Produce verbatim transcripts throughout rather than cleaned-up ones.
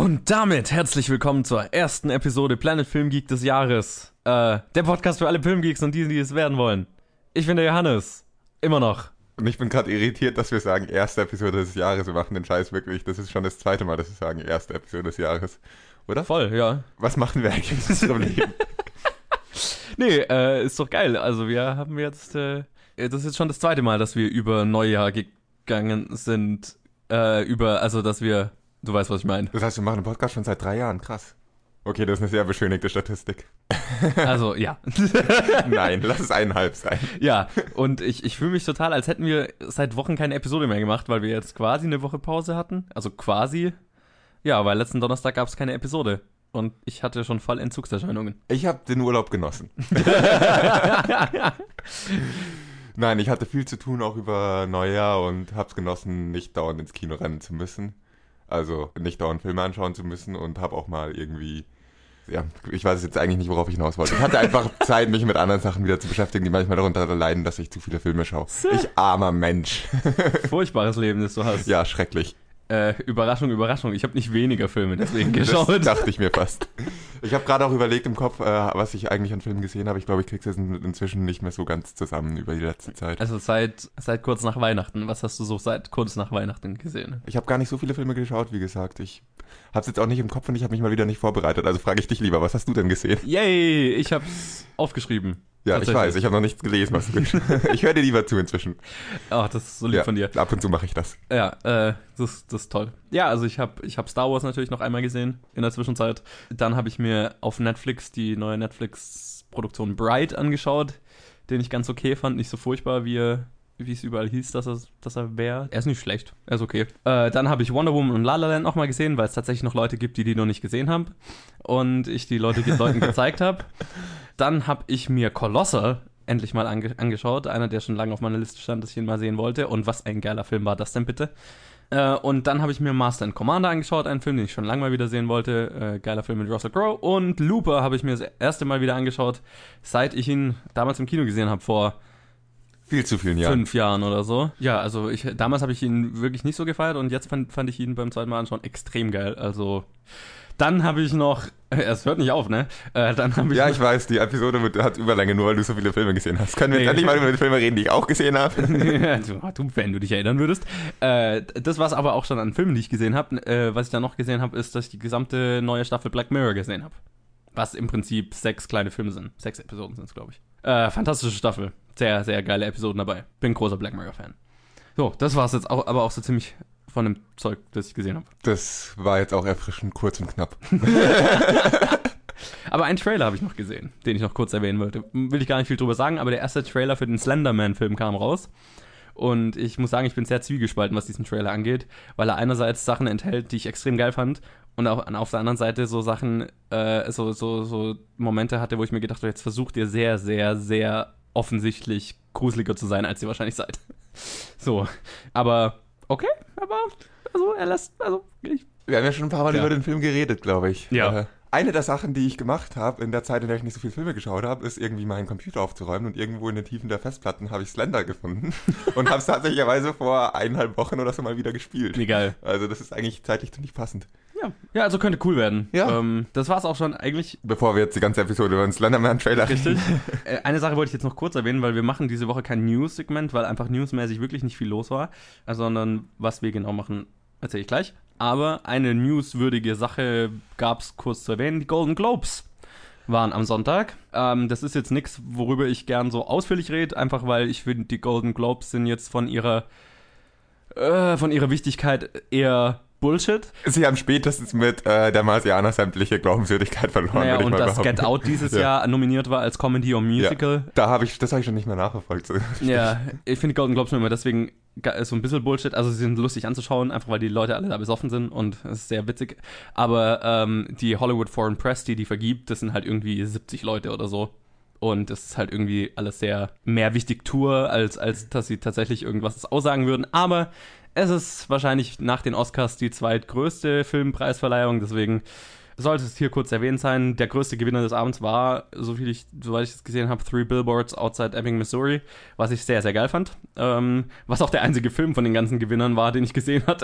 Und damit herzlich willkommen zur ersten Episode Planet Film Geek des Jahres. Äh, der Podcast für alle Filmgeeks und die, die es werden wollen. Ich bin der Johannes. Immer noch. Und ich bin gerade irritiert, dass wir sagen, erste Episode des Jahres. Wir machen den Scheiß wirklich. Das ist schon das zweite Mal, dass wir sagen, erste Episode des Jahres. Oder? Voll, ja. Was machen wir eigentlich in unserem Leben? Nee, äh, ist doch geil. Also wir haben jetzt, äh, das ist jetzt schon das zweite Mal, dass wir über Neujahr gegangen sind. Äh, über, also dass wir, du weißt, was ich meine. Das heißt, wir machen einen Podcast schon seit drei Jahren. Krass. Okay, das ist eine sehr beschönigte Statistik. Also, ja. Nein, lass es eineinhalb sein. Ja, und ich, ich fühle mich total, als hätten wir seit Wochen keine Episode mehr gemacht, weil wir jetzt quasi eine Woche Pause hatten. Also quasi. Ja, weil letzten Donnerstag gab es keine Episode. Und ich hatte schon voll Entzugserscheinungen. Ich habe den Urlaub genossen. Nein, ich hatte viel zu tun auch über Neujahr und habe es genossen, nicht dauernd ins Kino rennen zu müssen. Also nicht dauernd Filme anschauen zu müssen und habe auch mal irgendwie, ja, ich weiß jetzt eigentlich nicht, worauf ich hinaus wollte. Ich hatte einfach Zeit, mich mit anderen Sachen wieder zu beschäftigen, die manchmal darunter leiden, dass ich zu viele Filme schaue. Ich armer Mensch. Furchtbares Leben, das du hast. Ja, schrecklich. Äh, Überraschung, Überraschung. Ich habe nicht weniger Filme deswegen geschaut. Das dachte ich mir fast. Ich habe gerade auch überlegt im Kopf, äh, was ich eigentlich an Filmen gesehen habe. Ich glaube, ich krieg's jetzt in, inzwischen nicht mehr so ganz zusammen über die letzte Zeit. Also seit, seit kurz nach Weihnachten. Was hast du so seit kurz nach Weihnachten gesehen? Ich habe gar nicht so viele Filme geschaut, wie gesagt. Ich habe es jetzt auch nicht im Kopf und ich habe mich mal wieder nicht vorbereitet. Also frage ich dich lieber, was hast du denn gesehen? Yay, ich hab's aufgeschrieben. Ja, ich weiß, ich habe noch nichts gelesen, was du gesehen hast. Ich höre dir lieber zu inzwischen. Ach, das ist so lieb ja, von dir. Ab und zu mache ich das. Ja, äh, das, das ist toll. Ja, also ich habe ich hab Star Wars natürlich noch einmal gesehen in der Zwischenzeit. Dann habe ich mir auf Netflix die neue Netflix-Produktion Bright angeschaut, den ich ganz okay fand. Nicht so furchtbar, wie er, wie es überall hieß, dass er, dass er wäre. Er ist nicht schlecht, er ist okay. Äh, dann habe ich Wonder Woman und La La Land nochmal gesehen, weil es tatsächlich noch Leute gibt, die die noch nicht gesehen haben. Und ich die Leute den Leuten gezeigt habe. Dann habe ich mir Colossal endlich mal ange- angeschaut. Einer, der schon lange auf meiner Liste stand, dass ich ihn mal sehen wollte. Und was ein geiler Film war das denn bitte? Äh, und dann habe ich mir Master and Commander angeschaut, einen Film, den ich schon lange mal wieder sehen wollte. Äh, geiler Film mit Russell Crowe. Und Looper habe ich mir das erste Mal wieder angeschaut, seit ich ihn damals im Kino gesehen habe, vor viel zu vielen Jahren. Fünf Jahren oder so. Ja, also ich, damals habe ich ihn wirklich nicht so gefeiert und jetzt fand, fand ich ihn beim zweiten Mal anschauen extrem geil. Also dann habe ich noch, es hört nicht auf, ne? Äh, dann habe ich ja, noch, ich weiß, die Episode mit, hat Überlänge, nur weil du so viele Filme gesehen hast. Können wir nee. jetzt endlich mal über die Filme reden, die ich auch gesehen habe? du, wenn du dich erinnern würdest. Äh, das war es aber auch schon an Filmen, die ich gesehen habe. Äh, was ich dann noch gesehen habe, ist, dass ich die gesamte neue Staffel Black Mirror gesehen habe. Was im Prinzip sechs kleine Filme sind. Sechs Episoden sind es, glaube ich. Äh, fantastische Staffel. Sehr, sehr geile Episoden dabei. Bin großer Black Mirror-Fan. So, das war es jetzt auch, aber auch so ziemlich von dem Zeug, das ich gesehen habe. Das war jetzt auch erfrischend kurz und knapp. Aber einen Trailer habe ich noch gesehen, den ich noch kurz erwähnen wollte. Will ich gar nicht viel drüber sagen, aber der erste Trailer für den Slenderman-Film kam raus. Und ich muss sagen, ich bin sehr zwiegespalten, was diesen Trailer angeht, weil er einerseits Sachen enthält, die ich extrem geil fand, und auch auf der anderen Seite so Sachen, äh, so, so, so Momente hatte, wo ich mir gedacht habe, jetzt versucht ihr sehr, sehr, sehr offensichtlich gruseliger zu sein, als ihr wahrscheinlich seid. So, aber okay, aber also er lässt, also ich, wir haben ja schon ein paar Mal ja. über den Film geredet, glaube ich. Ja. Äh, eine der Sachen, die ich gemacht habe in der Zeit, in der ich nicht so viele Filme geschaut habe, ist irgendwie meinen Computer aufzuräumen und irgendwo in den Tiefen der Festplatten habe ich Slender gefunden und habe es tatsächlicherweise vor eineinhalb Wochen oder so mal wieder gespielt. Wie geil. Also das ist eigentlich zeitlich ziemlich passend. Ja, ja, also könnte cool werden. Ja. Ähm, das war's auch schon eigentlich. Bevor wir jetzt die ganze Episode über den Slenderman-Trailer Richtig. äh, eine Sache wollte ich jetzt noch kurz erwähnen, weil wir machen diese Woche kein News-Segment, weil einfach newsmäßig wirklich nicht viel los war, sondern was wir genau machen, erzähle ich gleich. Aber eine newswürdige Sache gab's kurz zu erwähnen, die Golden Globes waren am Sonntag. Ähm, das ist jetzt nichts, worüber ich gern so ausführlich rede, einfach weil ich finde, die Golden Globes sind jetzt von ihrer äh, von ihrer Wichtigkeit eher Bullshit. Sie haben spätestens mit äh, der Marsianer sämtliche Glaubenswürdigkeit verloren, naja, würde ich und mal dass behaupten. Get Out dieses ja. Jahr nominiert war als Comedy or Musical. Ja, da habe ich, das habe ich schon nicht mehr nachverfolgt. So. Ja, ich finde Golden Globes nur immer deswegen so ein bisschen Bullshit. Also sie sind lustig anzuschauen, einfach weil die Leute alle da besoffen sind und es ist sehr witzig. Aber ähm, die Hollywood Foreign Press, die die vergibt, das sind halt irgendwie siebzig Leute oder so. Und es ist halt irgendwie alles sehr mehr Wichtigtour, als, als dass sie tatsächlich irgendwas aussagen würden. Aber es ist wahrscheinlich nach den Oscars die zweitgrößte Filmpreisverleihung, deswegen sollte es hier kurz erwähnt sein. Der größte Gewinner des Abends war, so viel ich, soweit ich es gesehen habe, Three Billboards Outside Ebbing, Missouri, was ich sehr, sehr geil fand. Ähm, was auch der einzige Film von den ganzen Gewinnern war, den ich gesehen hatte.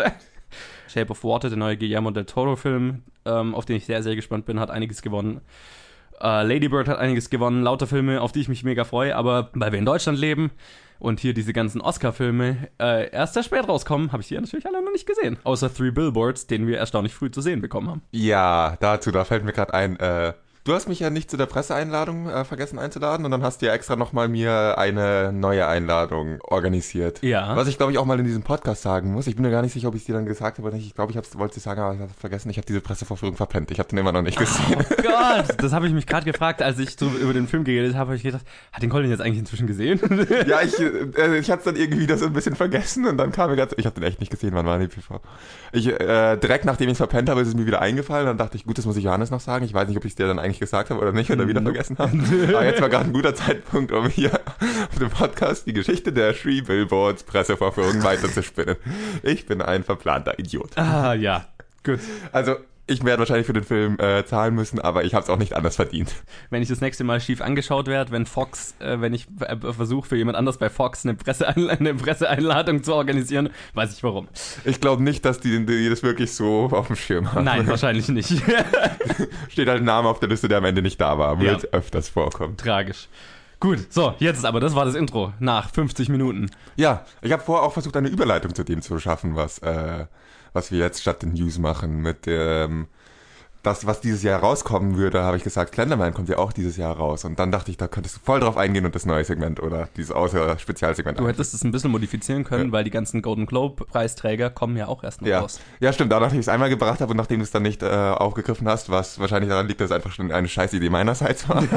Shape of Water, der neue Guillermo del Toro-Film, ähm, auf den ich sehr, sehr gespannt bin, hat einiges gewonnen. Äh, Lady Bird hat einiges gewonnen, lauter Filme, auf die ich mich mega freue, aber weil wir in Deutschland leben und hier diese ganzen Oscar-Filme äh, erst sehr spät rauskommen, habe ich die ja natürlich alle noch nicht gesehen. Außer Three Billboards, den wir erstaunlich früh zu sehen bekommen haben. Ja, dazu, da fällt mir gerade ein, äh, du hast mich ja nicht zu der Presseeinladung äh, vergessen einzuladen und dann hast du ja extra nochmal mir eine neue Einladung organisiert. Ja. Was ich glaube ich auch mal in diesem Podcast sagen muss. Ich bin mir gar nicht sicher, ob ich es dir dann gesagt habe oder nicht. Ich glaube, ich wollte es dir sagen, aber ich habe vergessen. Ich habe diese Pressevorführung verpennt. Ich habe den immer noch nicht gesehen. Oh Gott, das habe ich mich gerade gefragt, als ich so über den Film geredet habe, habe ich gedacht, hat den Colin jetzt eigentlich inzwischen gesehen? Ja, ich, äh, ich hatte es dann irgendwie das ein bisschen vergessen und dann kam mir ganz, ich habe den echt nicht gesehen, wann war die P V? Ich, äh, direkt nachdem ich es verpennt habe, ist es mir wieder eingefallen und dann dachte ich, gut, das muss ich Johannes noch sagen. Ich weiß nicht, ob ich es dir dann eigentlich gesagt habe oder nicht oder wieder vergessen habe. Aber jetzt war gerade ein guter Zeitpunkt, um hier auf dem Podcast die Geschichte der Three Billboards Pressevorführung weiterzuspinnen. Ich bin ein verplanter Idiot. Ah, ja, gut. Also, ich werde wahrscheinlich für den Film äh, zahlen müssen, aber ich habe es auch nicht anders verdient. Wenn ich das nächste Mal schief angeschaut werde, wenn Fox, äh, wenn ich äh, versuche für jemand anders bei Fox eine, Presseeinla- eine Presseeinladung zu organisieren, weiß ich warum. Ich glaube nicht, dass die, die das wirklich so auf dem Schirm haben. Nein, wahrscheinlich nicht. Steht halt ein Name auf der Liste, der am Ende nicht da war. Wird ja öfters vorkommen. Tragisch. Gut, so, jetzt aber, das war das Intro nach fünfzig Minuten. Ja, ich habe vorher auch versucht, eine Überleitung zu dem zu schaffen, was, äh, was wir jetzt statt den News machen. Mit ähm, das, was dieses Jahr rauskommen würde, habe ich gesagt, Slenderman kommt ja auch dieses Jahr raus. Und dann dachte ich, da könntest du voll drauf eingehen und das neue Segment oder dieses außer Spezialsegment. Du hättest es ein bisschen modifizieren können, ja. Weil die ganzen Golden Globe-Preisträger kommen ja auch erst noch ja. raus. Ja, stimmt. Da, nachdem ich es einmal gebracht habe und nachdem du es dann nicht äh, aufgegriffen hast, was wahrscheinlich daran liegt, dass es einfach schon eine scheiß Idee meinerseits war.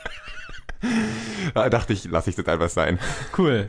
Da dachte ich, lasse ich das einfach sein. Cool.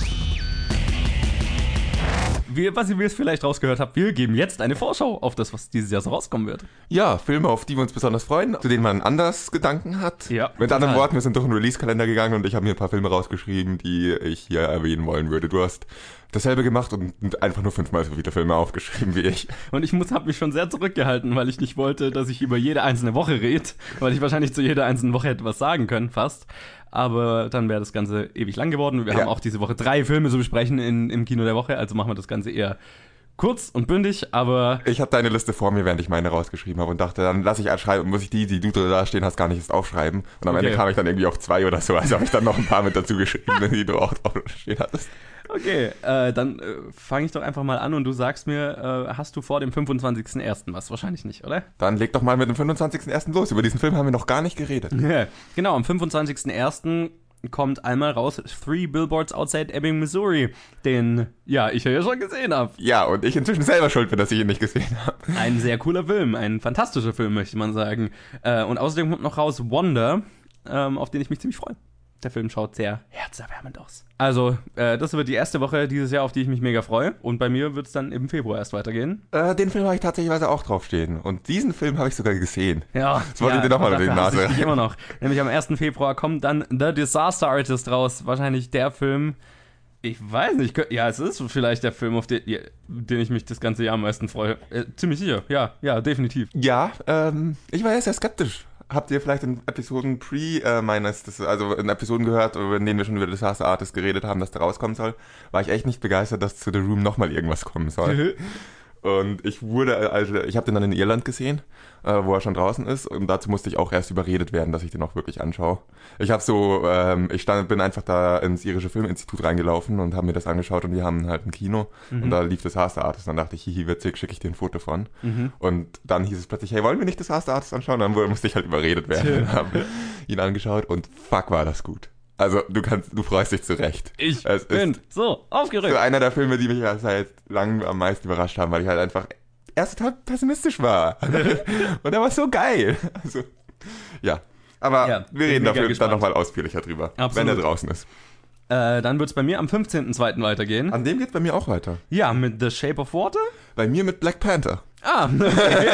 Wir, was ihr jetzt vielleicht rausgehört habt, wir geben jetzt eine Vorschau auf das, was dieses Jahr so rauskommen wird. Ja, Filme, auf die wir uns besonders freuen, zu denen man anders Gedanken hat. Ja. Mit anderen Worten, wir sind durch einen Release-Kalender gegangen und ich habe mir ein paar Filme rausgeschrieben, die ich hier erwähnen wollen würde. Du hast dasselbe gemacht und einfach nur fünfmal so viele Filme aufgeschrieben wie ich. Und ich habe mich schon sehr zurückgehalten, weil ich nicht wollte, dass ich über jede einzelne Woche rede, weil ich wahrscheinlich zu jeder einzelnen Woche hätte was sagen können, fast. Aber dann wäre das Ganze ewig lang geworden. Wir ja. haben auch diese Woche drei Filme zu besprechen in, im Kino der Woche, also machen wir das Ganze eher kurz und bündig, aber... Ich habe deine Liste vor mir, während ich meine rausgeschrieben habe und dachte, dann lasse ich anschreiben, muss ich die, die du da stehen hast, gar nicht erst aufschreiben. Und am okay. Ende kam ich dann irgendwie auf zwei oder so, also habe ich dann noch ein paar mit dazu geschrieben, die du auch drauf stehen hattest. Okay, äh, dann äh, fange ich doch einfach mal an und du sagst mir, äh, hast du vor dem fünfundzwanzigsten ersten was? Wahrscheinlich nicht, oder? Dann leg doch mal mit dem fünfundzwanzigsten ersten los. Über diesen Film haben wir noch gar nicht geredet. Ja, genau, am fünfundzwanzigsten ersten kommt einmal raus Three Billboards Outside Ebbing, Missouri, den, ja, ich ja schon gesehen habe. Ja, und ich inzwischen selber schuld bin, dass ich ihn nicht gesehen habe. Ein sehr cooler Film, ein fantastischer Film, möchte man sagen. Äh, und außerdem kommt noch raus Wonder, ähm, auf den ich mich ziemlich freue. Der Film schaut sehr herzerwärmend aus. Also, äh, das wird die erste Woche dieses Jahr, auf die ich mich mega freue. Und bei mir wird es dann im Februar erst weitergehen. Äh, den Film habe ich tatsächlich auch draufstehen. Und diesen Film habe ich sogar gesehen. Ja. Das wollte ja, ich dir nochmal in die Nase. Ich immer noch. Nämlich am ersten Februar kommt dann The Disaster Artist raus. Wahrscheinlich der Film, ich weiß nicht, ja, es ist vielleicht der Film, auf den, den ich mich das ganze Jahr am meisten freue. Äh, ziemlich sicher, ja, ja, definitiv. Ja, ähm, ich war ja sehr skeptisch. Habt ihr vielleicht in Episoden pre äh, meines, das, also in Episoden gehört, in denen wir schon über Disaster Artist geredet haben, dass der rauskommen soll, war ich echt nicht begeistert, dass zu The Room nochmal irgendwas kommen soll. Und ich wurde, also ich habe den dann in Irland gesehen, äh, wo er schon draußen ist, und dazu musste ich auch erst überredet werden, dass ich den auch wirklich anschaue. Ich habe so, ähm, ich stand, bin einfach da ins irische Filminstitut reingelaufen und habe mir das angeschaut und die haben halt ein Kino mhm. und da lief Disaster Artist. Dann dachte ich, hihi, witzig, schicke ich dir ein Foto von. Mhm. Und dann hieß es plötzlich, hey, wollen wir nicht Disaster Artist anschauen? Dann musste ich halt überredet werden und habe ihn angeschaut und fuck, war das gut. Also, du kannst, du freust dich zurecht. Ich es bin so aufgeregt. So einer der Filme, die mich ja seit langem am meisten überrascht haben, weil ich halt einfach erst total pessimistisch war. Und er war so geil. Also, ja. Aber ja, wir reden dafür gespannt. Dann nochmal ausführlicher drüber, Absolut. wenn er draußen ist. Äh, dann wird es bei mir am fünfzehnten zweiten weitergehen. An dem geht es bei mir auch weiter. Ja, mit The Shape of Water. Bei mir mit Black Panther. Ah, okay.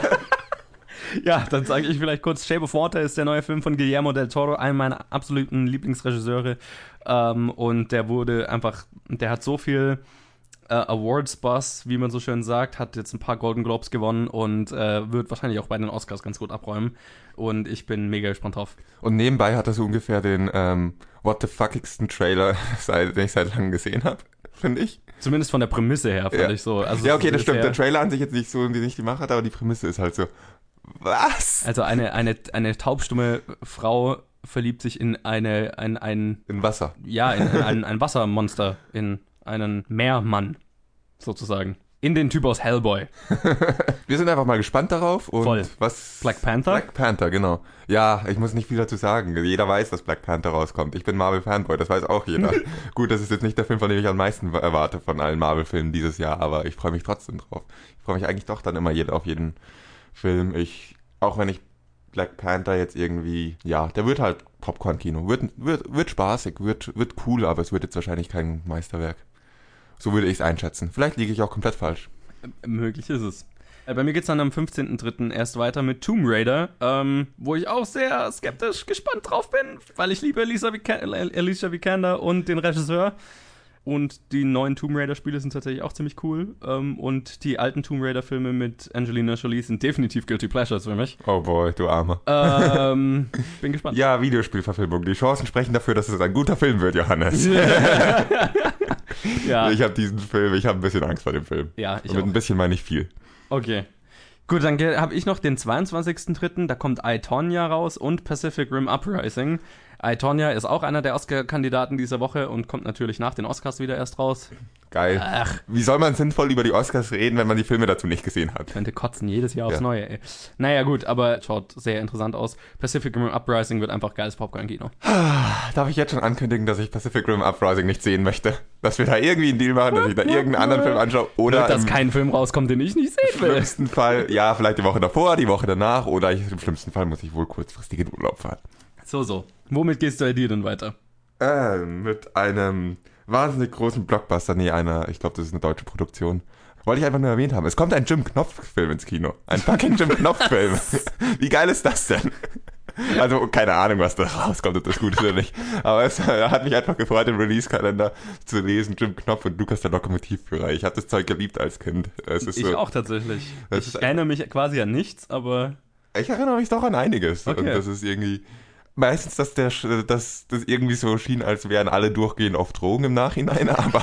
Ja, dann sage ich vielleicht kurz, Shape of Water ist der neue Film von Guillermo del Toro, einer meiner absoluten Lieblingsregisseure. Ähm, und der wurde einfach, der hat so viel äh, Awards-Buzz, wie man so schön sagt, hat jetzt ein paar Golden Globes gewonnen und äh, wird wahrscheinlich auch bei den Oscars ganz gut abräumen. Und ich bin mega gespannt drauf. Und nebenbei hat er so ungefähr den ähm, what the fuckigsten Trailer, den ich seit langem gesehen habe. finde ich. Zumindest von der Prämisse her, fand ja. ich so. Also ja, okay, das stimmt. sehr, der Trailer an sich jetzt nicht so, nicht die Macher hat, aber die Prämisse ist halt so, was? Also eine, eine, eine taubstumme Frau verliebt sich in eine, ein, ein In Wasser. Ja, in, in ein, ein Wassermonster, in einen Meermann, sozusagen. In den Typ aus Hellboy. Wir sind einfach mal gespannt darauf. Und Voll. was? Black Panther? Black Panther, genau. Ja, ich muss nicht viel dazu sagen. Jeder weiß, dass Black Panther rauskommt. Ich bin Marvel-Fanboy, das weiß auch jeder. Gut, das ist jetzt nicht der Film, von dem ich am meisten erwarte von allen Marvel-Filmen dieses Jahr, aber ich freue mich trotzdem drauf. Ich freue mich eigentlich doch dann immer jeder auf jeden Film. Ich, auch wenn ich Black Panther jetzt irgendwie, ja, der wird halt Popcorn-Kino. Wird, wird, wird spaßig, wird, wird cool, aber es wird jetzt wahrscheinlich kein Meisterwerk. So würde ich es einschätzen. Vielleicht liege ich auch komplett falsch. Äh, möglich ist es. Äh, bei mir geht es dann am fünfzehnten dritten erst weiter mit Tomb Raider, ähm, wo ich auch sehr skeptisch gespannt drauf bin, weil ich liebe Alicia, Vika- Alicia Vikander und den Regisseur. Und die neuen Tomb Raider-Spiele sind tatsächlich auch ziemlich cool. Ähm, und die alten Tomb Raider-Filme mit Angelina Jolie sind definitiv Guilty Pleasures für mich. Oh boy, du Armer. Ähm, bin gespannt. Ja, Videospielverfilmung. Die Chancen sprechen dafür, dass es ein guter Film wird, Johannes. ja. Ich habe diesen Film, ich habe ein bisschen Angst vor dem Film. Ja, ich Und mit auch. ein bisschen meine ich viel. Okay. Gut, dann habe ich noch den zweiundzwanzigsten dritten Da kommt I, Tonya raus und Pacific Rim Uprising. I, Tonya ist auch einer der Oscar-Kandidaten dieser Woche und kommt natürlich nach den Oscars wieder erst raus. Geil. Ach. Wie soll man sinnvoll über die Oscars reden, wenn man die Filme dazu nicht gesehen hat? Könnte kotzen, jedes Jahr aufs Ja. Neue, ey. Naja, gut, aber schaut sehr interessant aus. Pacific Rim Uprising wird einfach geiles Popcorn-Kino. Darf ich jetzt schon ankündigen, dass ich Pacific Rim Uprising nicht sehen möchte? Dass wir da irgendwie einen Deal machen, dass ich da irgendeinen anderen Film anschaue? Oder Dass im kein Film rauskommt, den ich nicht sehen will. schlimmsten Fall, ja, vielleicht die Woche davor, die Woche danach, oder ich, im schlimmsten Fall muss ich wohl kurzfristig in Urlaub fahren. So, so. Womit gehst du bei dir denn weiter? Äh, mit einem wahnsinnig großen Blockbuster, nee, einer, ich glaube, das ist eine deutsche Produktion. Wollte ich einfach nur erwähnt haben. Es kommt ein Jim Knopf-Film ins Kino. Ein fucking Jim Knopf-Film. Wie geil ist das denn? Also, keine Ahnung, was da rauskommt, ob das gut ist oder nicht. Aber es äh, hat mich einfach gefreut, im Release-Kalender zu lesen, Jim Knopf und Lukas der Lokomotivführer. Ich habe das Zeug geliebt als Kind. Es ist Ich so, auch tatsächlich. Das Ich ist- erinnere mich quasi an nichts, aber Ich erinnere mich doch an einiges. Okay. Und das ist irgendwie... Meistens, dass der, dass das irgendwie so schien, als wären alle durchgehend auf Drogen im Nachhinein, aber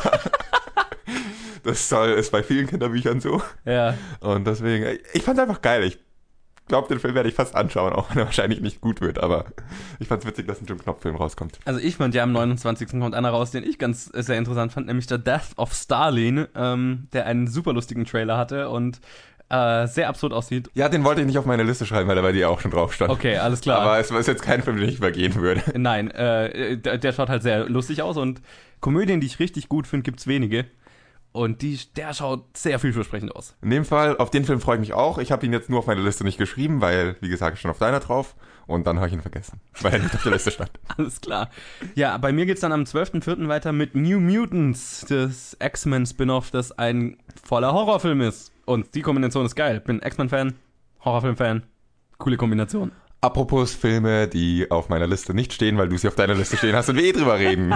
das soll, ist bei vielen Kinderbüchern so. ja. Und deswegen, ich fand's einfach geil. Ich glaube, den Film werde ich fast anschauen, auch wenn er wahrscheinlich nicht gut wird, aber ich fand's witzig, dass ein Jim Knopf-Film rauskommt. Also ich fand ja am neunundzwanzigsten kommt einer raus, den ich ganz äh, sehr interessant fand, nämlich der Death of Stalin, ähm, der einen super lustigen Trailer hatte und äh, sehr absurd aussieht. Ja, den wollte ich nicht auf meine Liste schreiben, weil er bei dir auch schon drauf stand. Okay, alles klar. Aber es ist jetzt kein Film, den ich übergehen würde. Nein, äh, der, der schaut halt sehr lustig aus und Komödien, die ich richtig gut finde, gibt's wenige. Und die, der schaut sehr vielversprechend aus. In dem Fall, auf den Film freue ich mich auch. Ich habe ihn jetzt nur auf meine Liste nicht geschrieben, weil, wie gesagt, schon auf deiner drauf. Und dann habe ich ihn vergessen, weil er nicht auf der Liste stand. Alles klar. Ja, bei mir geht's dann am zwölften vierten weiter mit New Mutants, das X-Men-Spin-Off, das ein voller Horrorfilm ist. Und die Kombination ist geil. Bin X-Men-Fan, Horrorfilm-Fan. Coole Kombination. Apropos Filme, die auf meiner Liste nicht stehen, weil du sie auf deiner Liste stehen hast und wir eh drüber reden.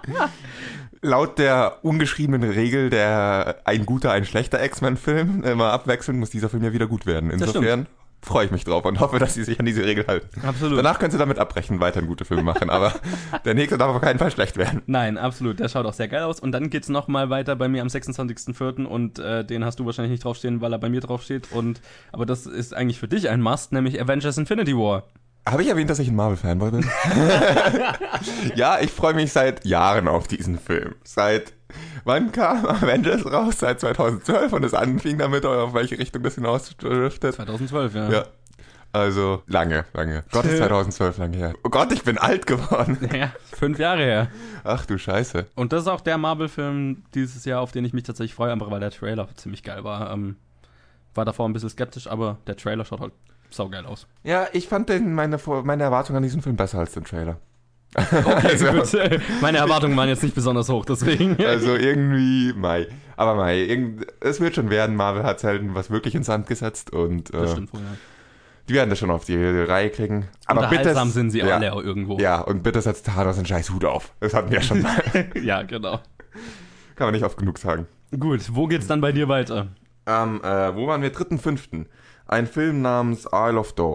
Laut der ungeschriebenen Regel, der ein guter, ein schlechter X-Men-Film immer abwechseln, muss dieser Film ja wieder gut werden. Insofern freue ich mich drauf und hoffe, dass sie sich an diese Regel halten. Absolut. Danach können sie damit abbrechen, weiterhin gute Filme machen, aber der nächste darf auf keinen Fall schlecht werden. Nein, absolut. Der schaut auch sehr geil aus. Und dann geht's nochmal weiter bei mir am sechsundzwanzigsten vierten und äh, den hast du wahrscheinlich nicht draufstehen, weil er bei mir draufsteht. Und, aber das ist eigentlich für dich ein Must, nämlich Avengers Infinity War. Habe ich erwähnt, dass ich ein Marvel-Fanboy bin? Ja, ich freue mich seit Jahren auf diesen Film. Seit, wann kam Avengers raus? Seit zweitausendzwölf und es anfing damit, auf welche Richtung das hinausdriftet. zweitausendzwölf, ja. Ja, also lange, lange. Gott, ist zweitausendzwölf lange her. Oh Gott, ich bin alt geworden. Ja, fünf Jahre her. Ach du Scheiße. Und das ist auch der Marvel-Film dieses Jahr, auf den ich mich tatsächlich freue, einfach weil der Trailer ziemlich geil war. Ähm, war davor ein bisschen skeptisch, aber der Trailer schaut halt saugeil aus. Ja, ich fand den, meine, Vor- meine Erwartungen an diesen Film besser als den Trailer. Okay, Also- gut. Meine Erwartungen waren jetzt nicht besonders hoch, deswegen. Also irgendwie, Mai. Aber Mai, irgend, es wird schon werden. Marvel hat selten was wirklich ins Sand gesetzt und Das äh, stimmt wohl, ja. die werden das schon auf die Reihe kriegen. Aber bitte, Unterhaltsam sind sie ja, alle auch irgendwo. Ja, und bitte setzt Thanos einen scheiß Hut auf. Das hatten wir ja schon mal. Ja, genau. Kann man nicht oft genug sagen. Gut, wo geht's dann bei dir weiter? Ähm, äh, wo waren wir? dritten fünften Ein Film namens Isle of Dogs.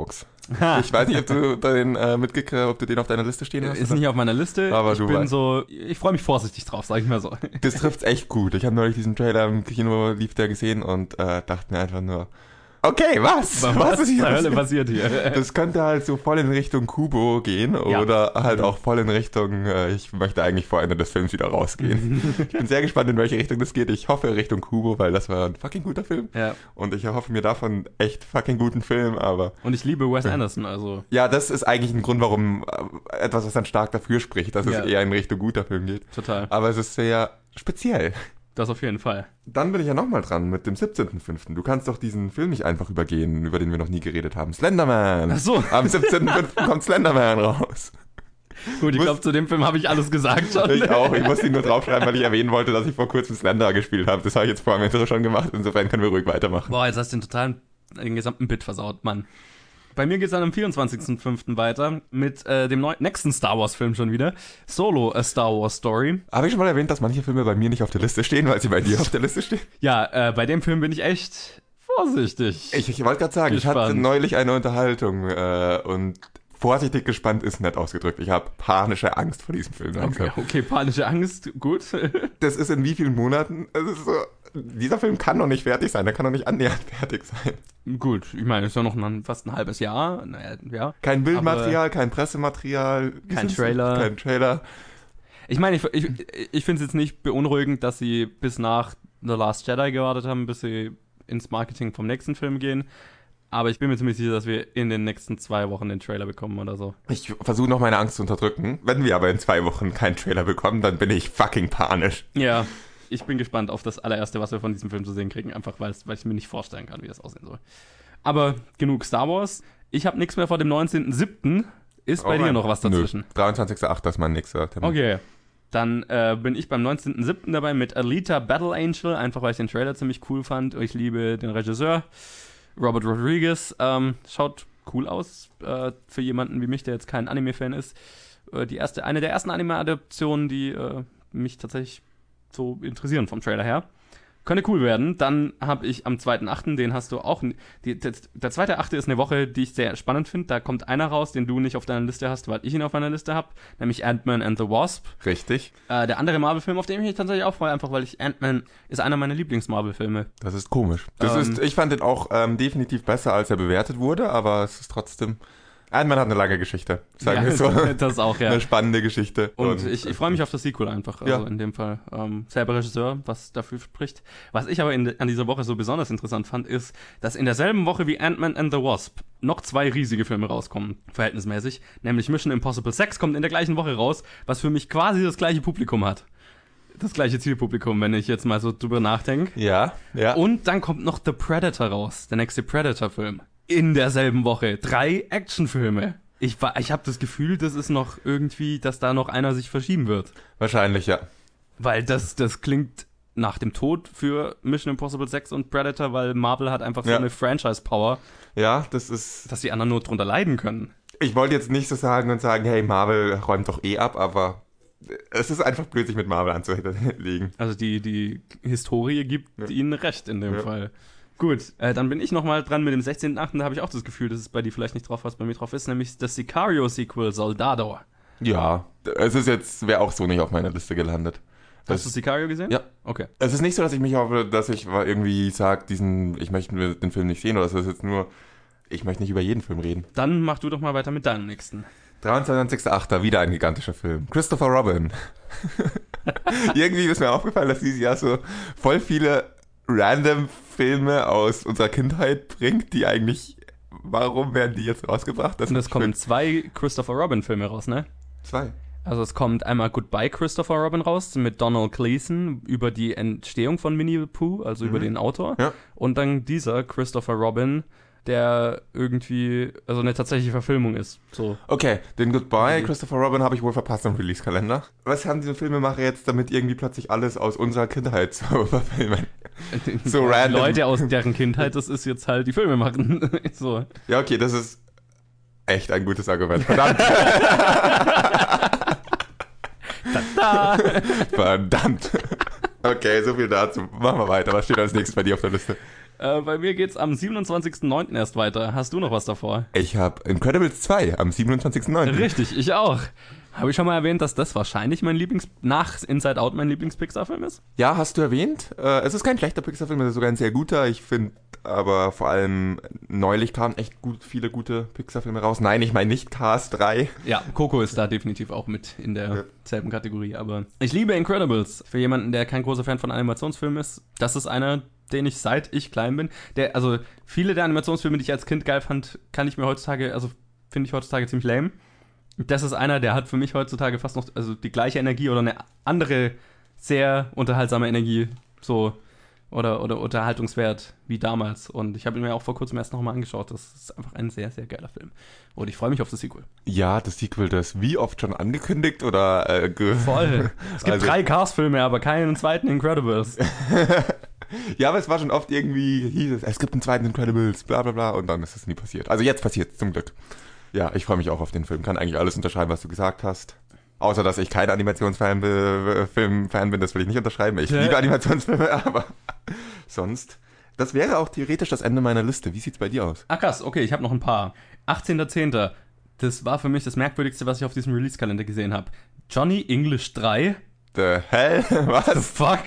Ich weiß nicht, ob du den äh, mitgekriegt, ob du den auf deiner Liste stehen hast. Ist oder? nicht auf meiner Liste. Aber ich du bin weißt. so, ich freue mich vorsichtig drauf, sag ich mal so. Das trifft's echt gut. Ich habe neulich diesen Trailer im Kino lief der gesehen und äh, dachte mir einfach nur, okay, was? Was, Was ist hier zur Hölle passiert? passiert hier? Das könnte halt so voll in Richtung Kubo gehen Ja. oder halt Mhm. auch voll in Richtung, äh, ich möchte eigentlich vor Ende des Films wieder rausgehen. Ich bin sehr gespannt, in welche Richtung das geht. Ich hoffe Richtung Kubo, weil das war ein fucking guter Film. Ja. Und ich erhoffe mir davon echt fucking guten Film, aber Und ich liebe Wes Anderson, also. ja, das ist eigentlich ein Grund, warum äh, etwas, was dann stark dafür spricht, dass Ja. es eher in Richtung guter Film geht. Total. Aber es ist sehr speziell. Das auf jeden Fall. Dann bin ich ja nochmal dran mit dem siebzehnten fünften Du kannst doch diesen Film nicht einfach übergehen, über den wir noch nie geredet haben. Slenderman. Ach so. Am siebzehnten fünften kommt Slenderman raus. Gut, ich Muss- glaube, zu dem Film habe ich alles gesagt schon. Ich auch. Ich musste ihn nur draufschreiben, weil ich erwähnen wollte, dass ich vor kurzem Slender gespielt habe. Das habe ich jetzt vor dem Intro schon gemacht. Insofern können wir ruhig weitermachen. Boah, jetzt hast du den totalen, den gesamten Bit versaut, Mann. Bei mir geht's dann am vierundzwanzigsten fünften weiter mit äh, dem neu- nächsten Star Wars Film schon wieder. Solo, A Star Wars Story. Habe ich schon mal erwähnt, dass manche Filme bei mir nicht auf der Liste stehen, weil sie bei dir auf der Liste stehen? Ja, äh, bei dem Film bin ich echt vorsichtig. Ich, ich wollte gerade sagen, ich hatte Gespannt. neulich eine Unterhaltung äh, und vorsichtig gespannt ist nett ausgedrückt. Ich habe panische Angst vor diesem Film. Okay, okay, panische Angst, gut. Das ist in wie vielen Monaten? Es ist so, dieser Film kann noch nicht fertig sein, der kann noch nicht annähernd fertig sein. Gut, ich meine, es ist ja noch ein, fast ein halbes Jahr. Naja, ja. Kein Bildmaterial, kein Pressematerial. Wie Kein sind's? Trailer. Kein Trailer. Ich meine, ich, ich, ich finde es jetzt nicht beunruhigend, dass sie bis nach The Last Jedi gewartet haben, bis sie ins Marketing vom nächsten Film gehen. Aber ich bin mir ziemlich sicher, dass wir in den nächsten zwei Wochen den Trailer bekommen oder so. Ich versuche noch meine Angst zu unterdrücken. Wenn wir aber in zwei Wochen keinen Trailer bekommen, dann bin ich fucking panisch. Ja, ich bin gespannt auf das allererste, was wir von diesem Film zu sehen kriegen, einfach weil es- weil ich mir nicht vorstellen kann, wie das aussehen soll. Aber genug Star Wars. Ich habe nichts mehr vor dem neunzehnten siebten Ist bei Oh dir nein. noch was dazwischen? Nö, dreiundzwanzigster achter ist mein nächster Termin. Okay. Dann äh, bin ich beim neunzehnten siebten dabei mit Alita Battle Angel, einfach weil ich den Trailer ziemlich cool fand. Ich liebe den Regisseur, Robert Rodriguez. Ähm, schaut cool aus äh, für jemanden wie mich, der jetzt kein Anime-Fan ist. Äh, die erste, eine der ersten Anime-Adaptionen, die äh, mich tatsächlich so interessieren vom Trailer her. Könnte cool werden. Dann habe ich am zweiten achten, den hast du auch. Die, der, der zweite achte ist eine Woche, die ich sehr spannend finde. Da kommt einer raus, den du nicht auf deiner Liste hast, weil ich ihn auf meiner Liste habe, nämlich Ant-Man and the Wasp. Richtig. Äh, der andere Marvel-Film, auf den ich mich tatsächlich auch freue, einfach weil ich Ant-Man ist einer meiner Lieblings-Marvel-Filme. Das ist komisch. Das Ähm. ist, ich fand den auch ähm, definitiv besser, als er bewertet wurde, aber es ist trotzdem. Ant-Man hat eine lange Geschichte, sagen wir so. Das auch, ja. Eine spannende Geschichte. Und ich, ich freue mich auf das Sequel einfach, also Ja. in dem Fall. Ähm, selber Regisseur, was dafür spricht. Was ich aber in, an dieser Woche so besonders interessant fand, ist, dass in derselben Woche wie Ant-Man and the Wasp noch zwei riesige Filme rauskommen, verhältnismäßig. Nämlich Mission Impossible sechs kommt in der gleichen Woche raus, was für mich quasi das gleiche Publikum hat. Das gleiche Zielpublikum, wenn ich jetzt mal so drüber nachdenke. Ja, ja. Und dann kommt noch The Predator raus, der nächste Predator-Film. In derselben Woche. Drei Actionfilme. Ich, war- ich habe das Gefühl, das ist noch irgendwie, dass da noch einer sich verschieben wird. Wahrscheinlich, ja. Weil das, das klingt nach dem Tod für Mission Impossible sechs und Predator, weil Marvel hat einfach so Ja. eine Franchise-Power, Ja, das ist. dass die anderen nur drunter leiden können. Ich wollte jetzt nicht so sagen und sagen, hey, Marvel räumt doch eh ab, aber es ist einfach blöd, sich mit Marvel anzulegen. Also die, die Historie gibt Ja. ihnen recht in dem Ja. Fall. Gut, äh, dann bin ich nochmal dran mit dem sechzehnten achten Da habe ich auch das Gefühl, dass es bei dir vielleicht nicht drauf, was bei mir drauf ist, nämlich das Sicario-Sequel Soldado. Ja, es ist jetzt, wäre auch so nicht auf meiner Liste gelandet. Das, Hast du Sicario gesehen? Ja. Okay. Es ist nicht so, dass ich mich hoffe, dass ich irgendwie sage, diesen, ich möchte den Film nicht sehen, oder es ist jetzt nur, ich möchte nicht über jeden Film reden. Dann mach du doch mal weiter mit deinem nächsten. dreiundzwanzigster achter wieder ein gigantischer Film. Christopher Robin. Irgendwie ist mir aufgefallen, dass dieses Jahr so voll viele random Filme aus unserer Kindheit bringt, die eigentlich, warum werden die jetzt rausgebracht? Das Und es ist kommen zwei Christopher Robin-Filme raus, ne? zwei. Also es kommt einmal Goodbye Christopher Robin raus mit Donald Gleason über die Entstehung von Winnie the Pooh, also Mhm. über den Autor. Ja. Und dann dieser Christopher Robin, der irgendwie, also eine tatsächliche Verfilmung ist. So. Okay, den Goodbye Mhm. Christopher Robin habe ich wohl verpasst im Release-Kalender. Was haben diese Filmemacher jetzt damit irgendwie plötzlich alles aus unserer Kindheit zu verfilmen? So Die random. Leute aus deren Kindheit, das ist jetzt halt die Filme machen. So. Ja, okay, das ist echt ein gutes Argument. Verdammt. Da. Verdammt. Okay, so viel dazu. Machen wir weiter. Was steht als nächstes bei dir auf der Liste? Äh, bei mir geht's am siebenundzwanzigsten neunten erst weiter. Hast du noch was davor? Ich habe Incredibles zwei am siebenundzwanzigsten neunten Richtig, ich auch. Habe ich schon mal erwähnt, dass das wahrscheinlich mein Lieblings... nach Inside Out mein Lieblings-Pixar-Film ist? Ja, hast du erwähnt. Äh, es ist kein schlechter Pixar-Film, es ist sogar ein sehr guter. Ich finde aber vor allem neulich kamen echt gut, viele gute Pixar-Filme raus. Nein, ich meine nicht Cars drei. Ja, Coco ist da definitiv auch mit in derselben Kategorie. Aber ich liebe Incredibles. Für jemanden, der kein großer Fan von Animationsfilmen ist, das ist einer, den ich seit ich klein bin... Der, also viele der Animationsfilme, die ich als Kind geil fand, kann ich mir heutzutage... Also finde ich heutzutage ziemlich lame. Das ist einer, der hat für mich heutzutage fast noch also die gleiche Energie oder eine andere, sehr unterhaltsame Energie, so, oder, oder Unterhaltungswert wie damals. Und ich habe ihn mir auch vor kurzem erst nochmal angeschaut. Das ist einfach ein sehr, sehr geiler Film. Und ich freue mich auf das Sequel. Ja, das Sequel, das wie oft schon angekündigt oder... Äh, ge- Voll. Es gibt also, drei Cars-Filme, aber keinen zweiten Incredibles. Ja, aber es war schon oft irgendwie, hieß es, es gibt einen zweiten Incredibles, bla bla bla, und dann ist es nie passiert. Also jetzt passiert es, zum Glück. Ja, ich freue mich auch auf den Film. Kann eigentlich alles unterschreiben, was du gesagt hast. Außer, dass ich kein Animationsfan be- Film-Fan bin, das will ich nicht unterschreiben. Ich liebe Animationsfilme, aber sonst... Das wäre auch theoretisch das Ende meiner Liste. Wie sieht's bei dir aus? Ach krass, okay, ich habe noch ein paar. achtzehnter zehnter Das war für mich das Merkwürdigste, was ich auf diesem Release-Kalender gesehen habe. Johnny English drei. The hell? Was? The fuck?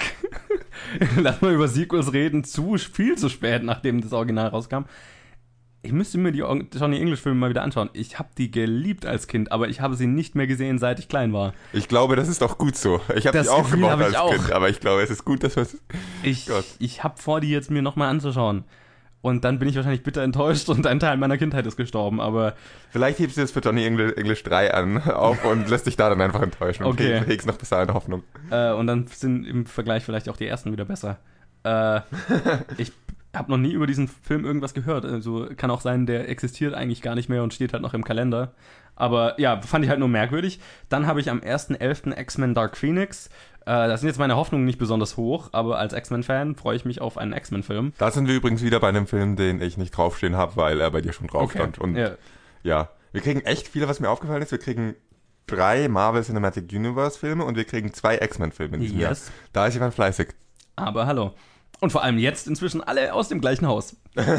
Lass mal über Sequels reden. Zu, viel zu spät, nachdem das Original rauskam. Ich müsste mir die Johnny English-Filme mal wieder anschauen. Ich habe die geliebt als Kind, aber ich habe sie nicht mehr gesehen, seit ich klein war. Ich glaube, das ist auch gut so. Ich habe sie auch gemocht als auch. Kind, aber ich glaube, es ist gut, dass wir es... Ich, ich habe vor, die jetzt mir nochmal anzuschauen. Und dann bin ich wahrscheinlich bitter enttäuscht und ein Teil meiner Kindheit ist gestorben, aber... Vielleicht hebst du jetzt für Johnny English drei an auf und lässt dich da dann einfach enttäuschen und okay. hegst noch bis dahin Hoffnung. Äh, und dann sind im Vergleich vielleicht auch die ersten wieder besser. Äh, ich habe noch nie über diesen Film irgendwas gehört. Also kann auch sein, der existiert eigentlich gar nicht mehr und steht halt noch im Kalender. Aber ja, fand ich halt nur merkwürdig. Dann habe ich am ersten elften X-Men Dark Phoenix. Äh, da sind jetzt meine Hoffnungen nicht besonders hoch, aber als X-Men-Fan freue ich mich auf einen X-Men-Film. Da sind wir übrigens wieder bei einem Film, den ich nicht draufstehen habe, weil er bei dir schon drauf okay. stand. Und ja. ja, wir kriegen echt viele, was mir aufgefallen ist. Wir kriegen drei Marvel Cinematic Universe Filme und wir kriegen zwei X-Men-Filme in diesem yes. Jahr. Da ist jemand fleißig. Aber hallo. Und vor allem jetzt inzwischen alle aus dem gleichen Haus.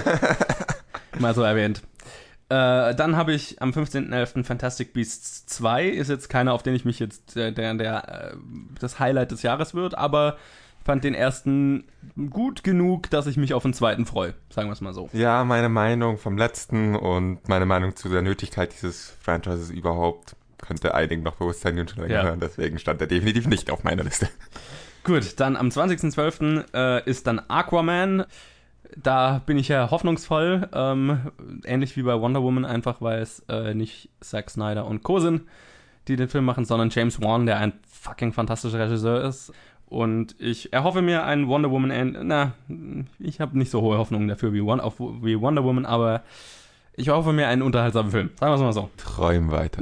Mal so erwähnt. Äh, dann habe ich am fünfzehnten elften Fantastic Beasts zwei. Ist jetzt keiner, auf den ich mich jetzt, der, der, der das Highlight des Jahres wird, aber fand den ersten gut genug, dass ich mich auf den zweiten freue. Sagen wir es mal so. Ja, meine Meinung vom letzten und meine Meinung zu der Nötigkeit dieses Franchises überhaupt könnte einigen noch bewusst sein, die uns schon länger ja. hören. Deswegen stand er definitiv nicht auf meiner Liste. Gut, dann am zwanzigsten zwölften Äh, ist dann Aquaman. Da bin ich ja hoffnungsvoll, ähm, ähnlich wie bei Wonder Woman, einfach weil es äh, nicht Zack Snyder und Co. sind, die den Film machen, sondern James Wan, der ein fucking fantastischer Regisseur ist. Und ich erhoffe mir einen Wonder Woman, End- na, ich habe nicht so hohe Hoffnungen dafür wie, One, auf, wie Wonder Woman, aber ich hoffe mir einen unterhaltsamen Film, sagen wir es mal so. Träum weiter.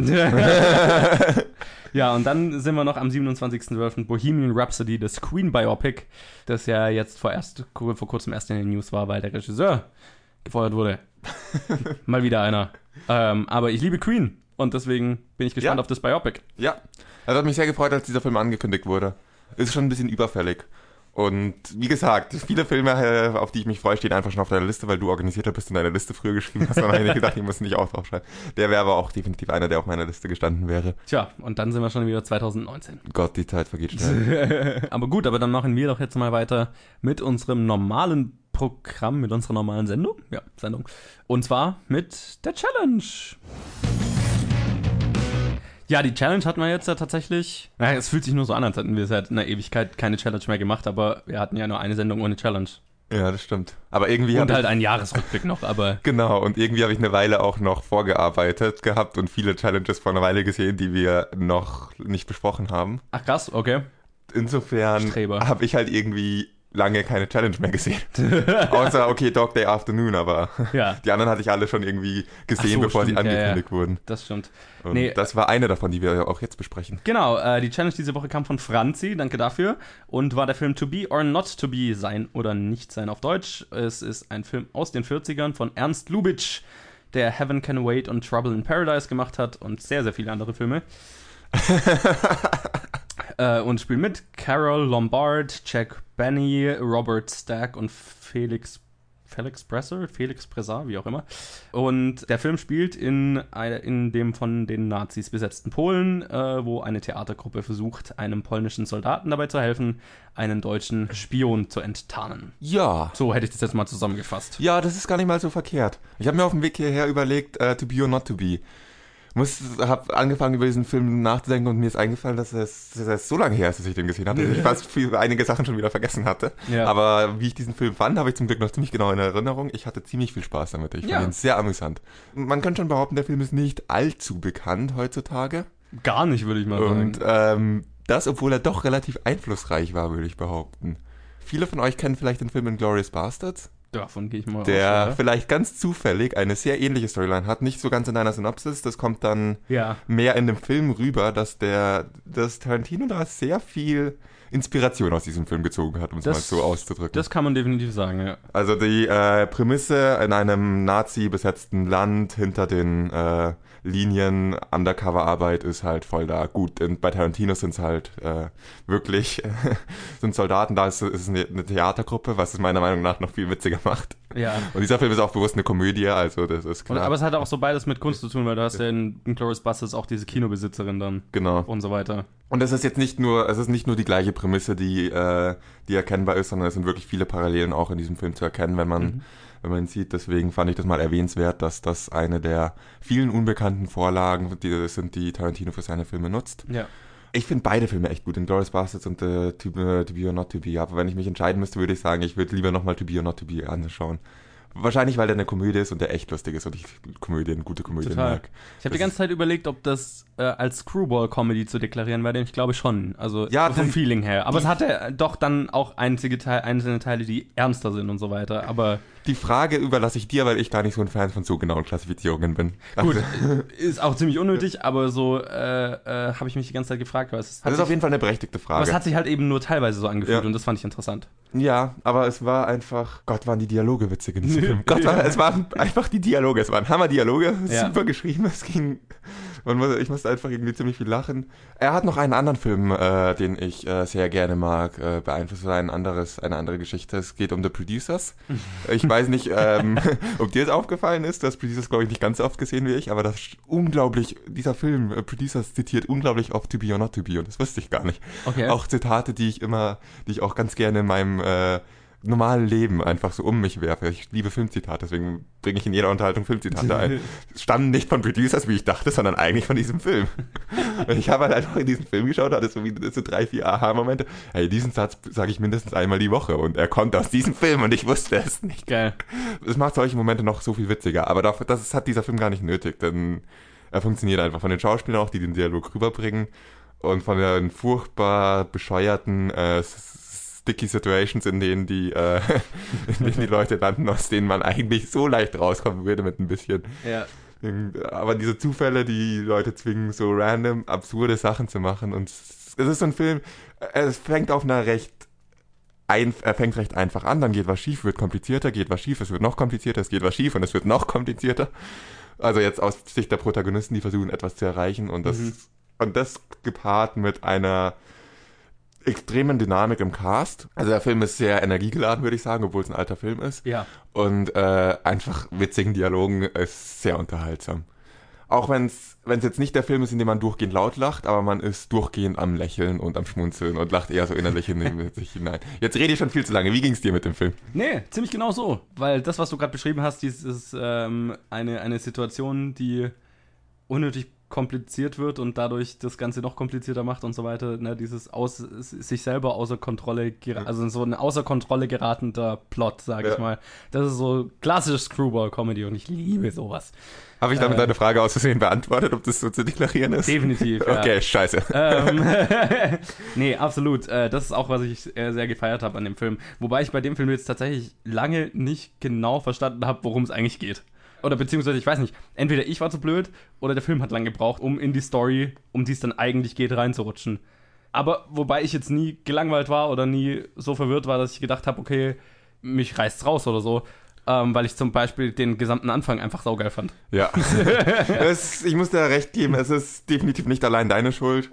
Ja, und dann sind wir noch am siebenundzwanzigsten zwölften Bohemian Rhapsody, das Queen Biopic, das ja jetzt vor, erst, vor kurzem erst in den News war, weil der Regisseur gefeuert wurde. Mal wieder einer. Ähm, aber ich liebe Queen und deswegen bin ich gespannt ja. auf das Biopic. Ja, das hat mich sehr gefreut, als dieser Film angekündigt wurde. Ist schon ein bisschen überfällig. Und wie gesagt, viele Filme, auf die ich mich freue, stehen einfach schon auf deiner Liste, weil du organisierter bist und deine Liste früher geschrieben hast. Und dann habe ich gedacht, ich muss nicht auch draufschreiben. Der wäre aber auch definitiv einer, der auf meiner Liste gestanden wäre. Tja, und dann sind wir schon wieder zwanzig neunzehn. Gott, die Zeit vergeht schnell. Aber gut, aber dann machen wir doch jetzt mal weiter mit unserem normalen Programm, mit unserer normalen Sendung. Ja, Sendung. Und zwar mit der Challenge. Ja, die Challenge hatten wir jetzt ja tatsächlich. Naja, es fühlt sich nur so an, als hätten wir seit einer Ewigkeit keine Challenge mehr gemacht, aber wir hatten ja nur eine Sendung ohne Challenge. Ja, das stimmt. Aber irgendwie und halt ich, einen Jahresrückblick noch, aber... Genau, und irgendwie habe ich eine Weile auch noch vorgearbeitet gehabt und viele Challenges vor einer Weile gesehen, die wir noch nicht besprochen haben. Ach krass, okay. Insofern habe ich halt irgendwie lange keine Challenge mehr gesehen. Außer, okay, Dog Day Afternoon, aber ja. die anderen hatte ich alle schon irgendwie gesehen, so, bevor stimmt, sie angekündigt ja, ja. wurden. Das stimmt. Und nee. das war eine davon, die wir auch jetzt besprechen. Genau, äh, die Challenge diese Woche kam von Franzi, danke dafür, und war der Film To Be or Not To Be, sein oder nicht sein auf Deutsch. Es ist ein Film aus den vierzigern von Ernst Lubitsch, der Heaven Can Wait und Trouble in Paradise gemacht hat und sehr, sehr viele andere Filme. äh, und spielt mit Carol Lombard, Jack Benny, Robert Stack und Felix Felix Bresser, Felix Bresser, wie auch immer. Und der Film spielt in, in dem von den Nazis besetzten Polen, äh, wo eine Theatergruppe versucht, einem polnischen Soldaten dabei zu helfen, einen deutschen Spion zu enttarnen. Ja. So hätte ich das jetzt mal zusammengefasst. Ja, das ist gar nicht mal so verkehrt. Ich habe mir auf dem Weg hierher überlegt, uh, to be or not to be. Muss, habe angefangen über diesen Film nachzudenken und mir ist eingefallen, dass es, dass es so lange her ist, dass ich den gesehen habe, dass ich fast viel, einige Sachen schon wieder vergessen hatte. Ja. Aber wie ich diesen Film fand, habe ich zum Glück noch ziemlich genau in Erinnerung. Ich hatte ziemlich viel Spaß damit. Ich ja. fand ihn sehr amüsant. Man kann schon behaupten, der Film ist nicht allzu bekannt heutzutage. Gar nicht, würde ich mal sagen. Und ähm, das, obwohl er doch relativ einflussreich war, würde ich behaupten. Viele von euch kennen vielleicht den Film Inglourious Basterds. Davon gehe ich mal aus. Der oder? vielleicht ganz zufällig eine sehr ähnliche Storyline hat, nicht so ganz in deiner Synopsis, das kommt dann ja. mehr in dem Film rüber, dass der, dass Tarantino da sehr viel Inspiration aus diesem Film gezogen hat, um es mal so auszudrücken. Das kann man definitiv sagen, ja. Also die äh, Prämisse in einem Nazi-besetzten Land hinter den äh, Linien, Undercover-Arbeit ist halt voll da. Gut, in, bei Tarantino sind es halt äh, wirklich äh, sind Soldaten, da ist es eine, eine Theatergruppe, was es meiner Meinung nach noch viel witziger macht. Ja. Und dieser Film ist auch bewusst eine Komödie, also das ist klar. Und, aber es hat auch so beides mit Kunst zu tun, weil du hast ja in Inglourious Basterds auch diese Kinobesitzerin dann. Genau. Und so weiter. Und es ist jetzt nicht nur, es ist nicht nur die gleiche Prämisse, die, äh, die erkennbar ist, sondern es sind wirklich viele Parallelen auch in diesem Film zu erkennen, wenn man mhm. wenn man ihn sieht. Deswegen fand ich das mal erwähnenswert, dass das eine der vielen unbekannten Vorlagen die sind, die Tarantino für seine Filme nutzt. Ja. Ich finde beide Filme echt gut, Inglourious Basterds und uh, to, uh, To Be or Not To Be. Aber wenn ich mich entscheiden müsste, würde ich sagen, ich würde lieber nochmal To Be or Not To Be anschauen. Wahrscheinlich, weil der eine Komödie ist und der echt lustig ist und ich Komödien, gute Komödien Total. mag. Ich habe die ganze Zeit überlegt, ob das äh, als Screwball-Comedy zu deklarieren wäre, denn ich glaube schon. Also ja, vom Feeling her. Aber es hatte doch dann auch einzige Teil, einzelne Teile, die ernster sind und so weiter. Aber die Frage überlasse ich dir, weil ich gar nicht so ein Fan von so genauen Klassifizierungen bin. Gut, ist auch ziemlich unnötig, aber so äh, äh, habe ich mich die ganze Zeit gefragt. Weil es hat das ist sich, auf jeden Fall eine berechtigte Frage. Aber es hat sich halt eben nur teilweise so angefühlt ja. und das fand ich interessant. Ja, aber es war einfach, Gott, waren die Dialoge witzig in diesem Film. Gott, war, es waren einfach die Dialoge, es waren Hammer-Dialoge, ja. super geschrieben, es ging, man muss, ich musste einfach irgendwie ziemlich viel lachen. Er hat noch einen anderen Film, äh, den ich äh, sehr gerne mag, äh, beeinflusst ein anderes, eine andere Geschichte, es geht um The Producers. Ich weiß nicht, ähm, ob dir es aufgefallen ist, dass Producers, glaube ich, nicht ganz so oft gesehen wie ich, aber das unglaublich, dieser Film, äh, Producers zitiert unglaublich oft To Be or Not To Be und das wusste ich gar nicht. Okay. Auch Zitate, die ich immer, die ich auch ganz gerne in meinem äh, normalen Leben einfach so um mich werfe. Ich liebe Filmzitate, deswegen bringe ich in jeder Unterhaltung Filmzitate ein. Stammen nicht von Producers, wie ich dachte, sondern eigentlich von diesem Film. Und ich habe halt einfach in diesen Film geschaut, hatte so, wie, so drei, vier Aha-Momente. Hey, diesen Satz sage ich mindestens einmal die Woche und er kommt aus diesem Film und ich wusste es nicht. Geil. Es macht solche Momente noch so viel witziger, aber dafür, das hat dieser Film gar nicht nötig, denn er funktioniert einfach von den Schauspielern auch, die den Dialog rüberbringen und von den furchtbar bescheuerten äh, sticky Situations, in denen die, äh, in denen die Leute landen, aus denen man eigentlich so leicht rauskommen würde mit ein bisschen. Ja. Aber diese Zufälle, die Leute zwingen, so random, absurde Sachen zu machen. Und es ist so ein Film, es fängt auf einer recht, ein, er fängt recht einfach an, dann geht was schief, wird komplizierter, geht was schief, es wird noch komplizierter, es geht was schief und es wird noch komplizierter. Also jetzt aus Sicht der Protagonisten, die versuchen etwas zu erreichen und das, mhm. und das gepaart mit einer extremen Dynamik im Cast. Also der Film ist sehr energiegeladen, würde ich sagen, obwohl es ein alter Film ist. Ja. Und äh, einfach witzigen Dialogen ist sehr unterhaltsam. Auch wenn es jetzt nicht der Film ist, in dem man durchgehend laut lacht, aber man ist durchgehend am Lächeln und am Schmunzeln und lacht eher so innerlich in sich hinein. Jetzt rede ich schon viel zu lange. Wie ging es dir mit dem Film? Nee, ziemlich genau so. Weil das, was du gerade beschrieben hast, dies ist ähm, eine, eine Situation, die unnötig kompliziert wird und dadurch das Ganze noch komplizierter macht und so weiter, ne, dieses aus, sich selber außer Kontrolle, gera- also so ein außer Kontrolle geratender Plot, sag ja. ich mal. Das ist so klassische Screwball-Comedy und ich liebe sowas. Habe ich damit äh, deine Frage aus Versehen beantwortet, ob das so zu deklarieren ist? Definitiv, ja. Okay, scheiße. Ähm, nee, absolut. Äh, das ist auch, was ich äh, sehr gefeiert habe an dem Film. Wobei ich bei dem Film jetzt tatsächlich lange nicht genau verstanden habe, worum es eigentlich geht. Oder beziehungsweise, ich weiß nicht, entweder ich war zu blöd oder der Film hat lang gebraucht, um in die Story, um die es dann eigentlich geht, reinzurutschen. Aber wobei ich jetzt nie gelangweilt war oder nie so verwirrt war, dass ich gedacht habe, okay, mich reißt's raus oder so. Ähm, weil ich zum Beispiel den gesamten Anfang einfach saugeil fand. Ja, es, ich muss dir recht geben, es ist definitiv nicht allein deine Schuld.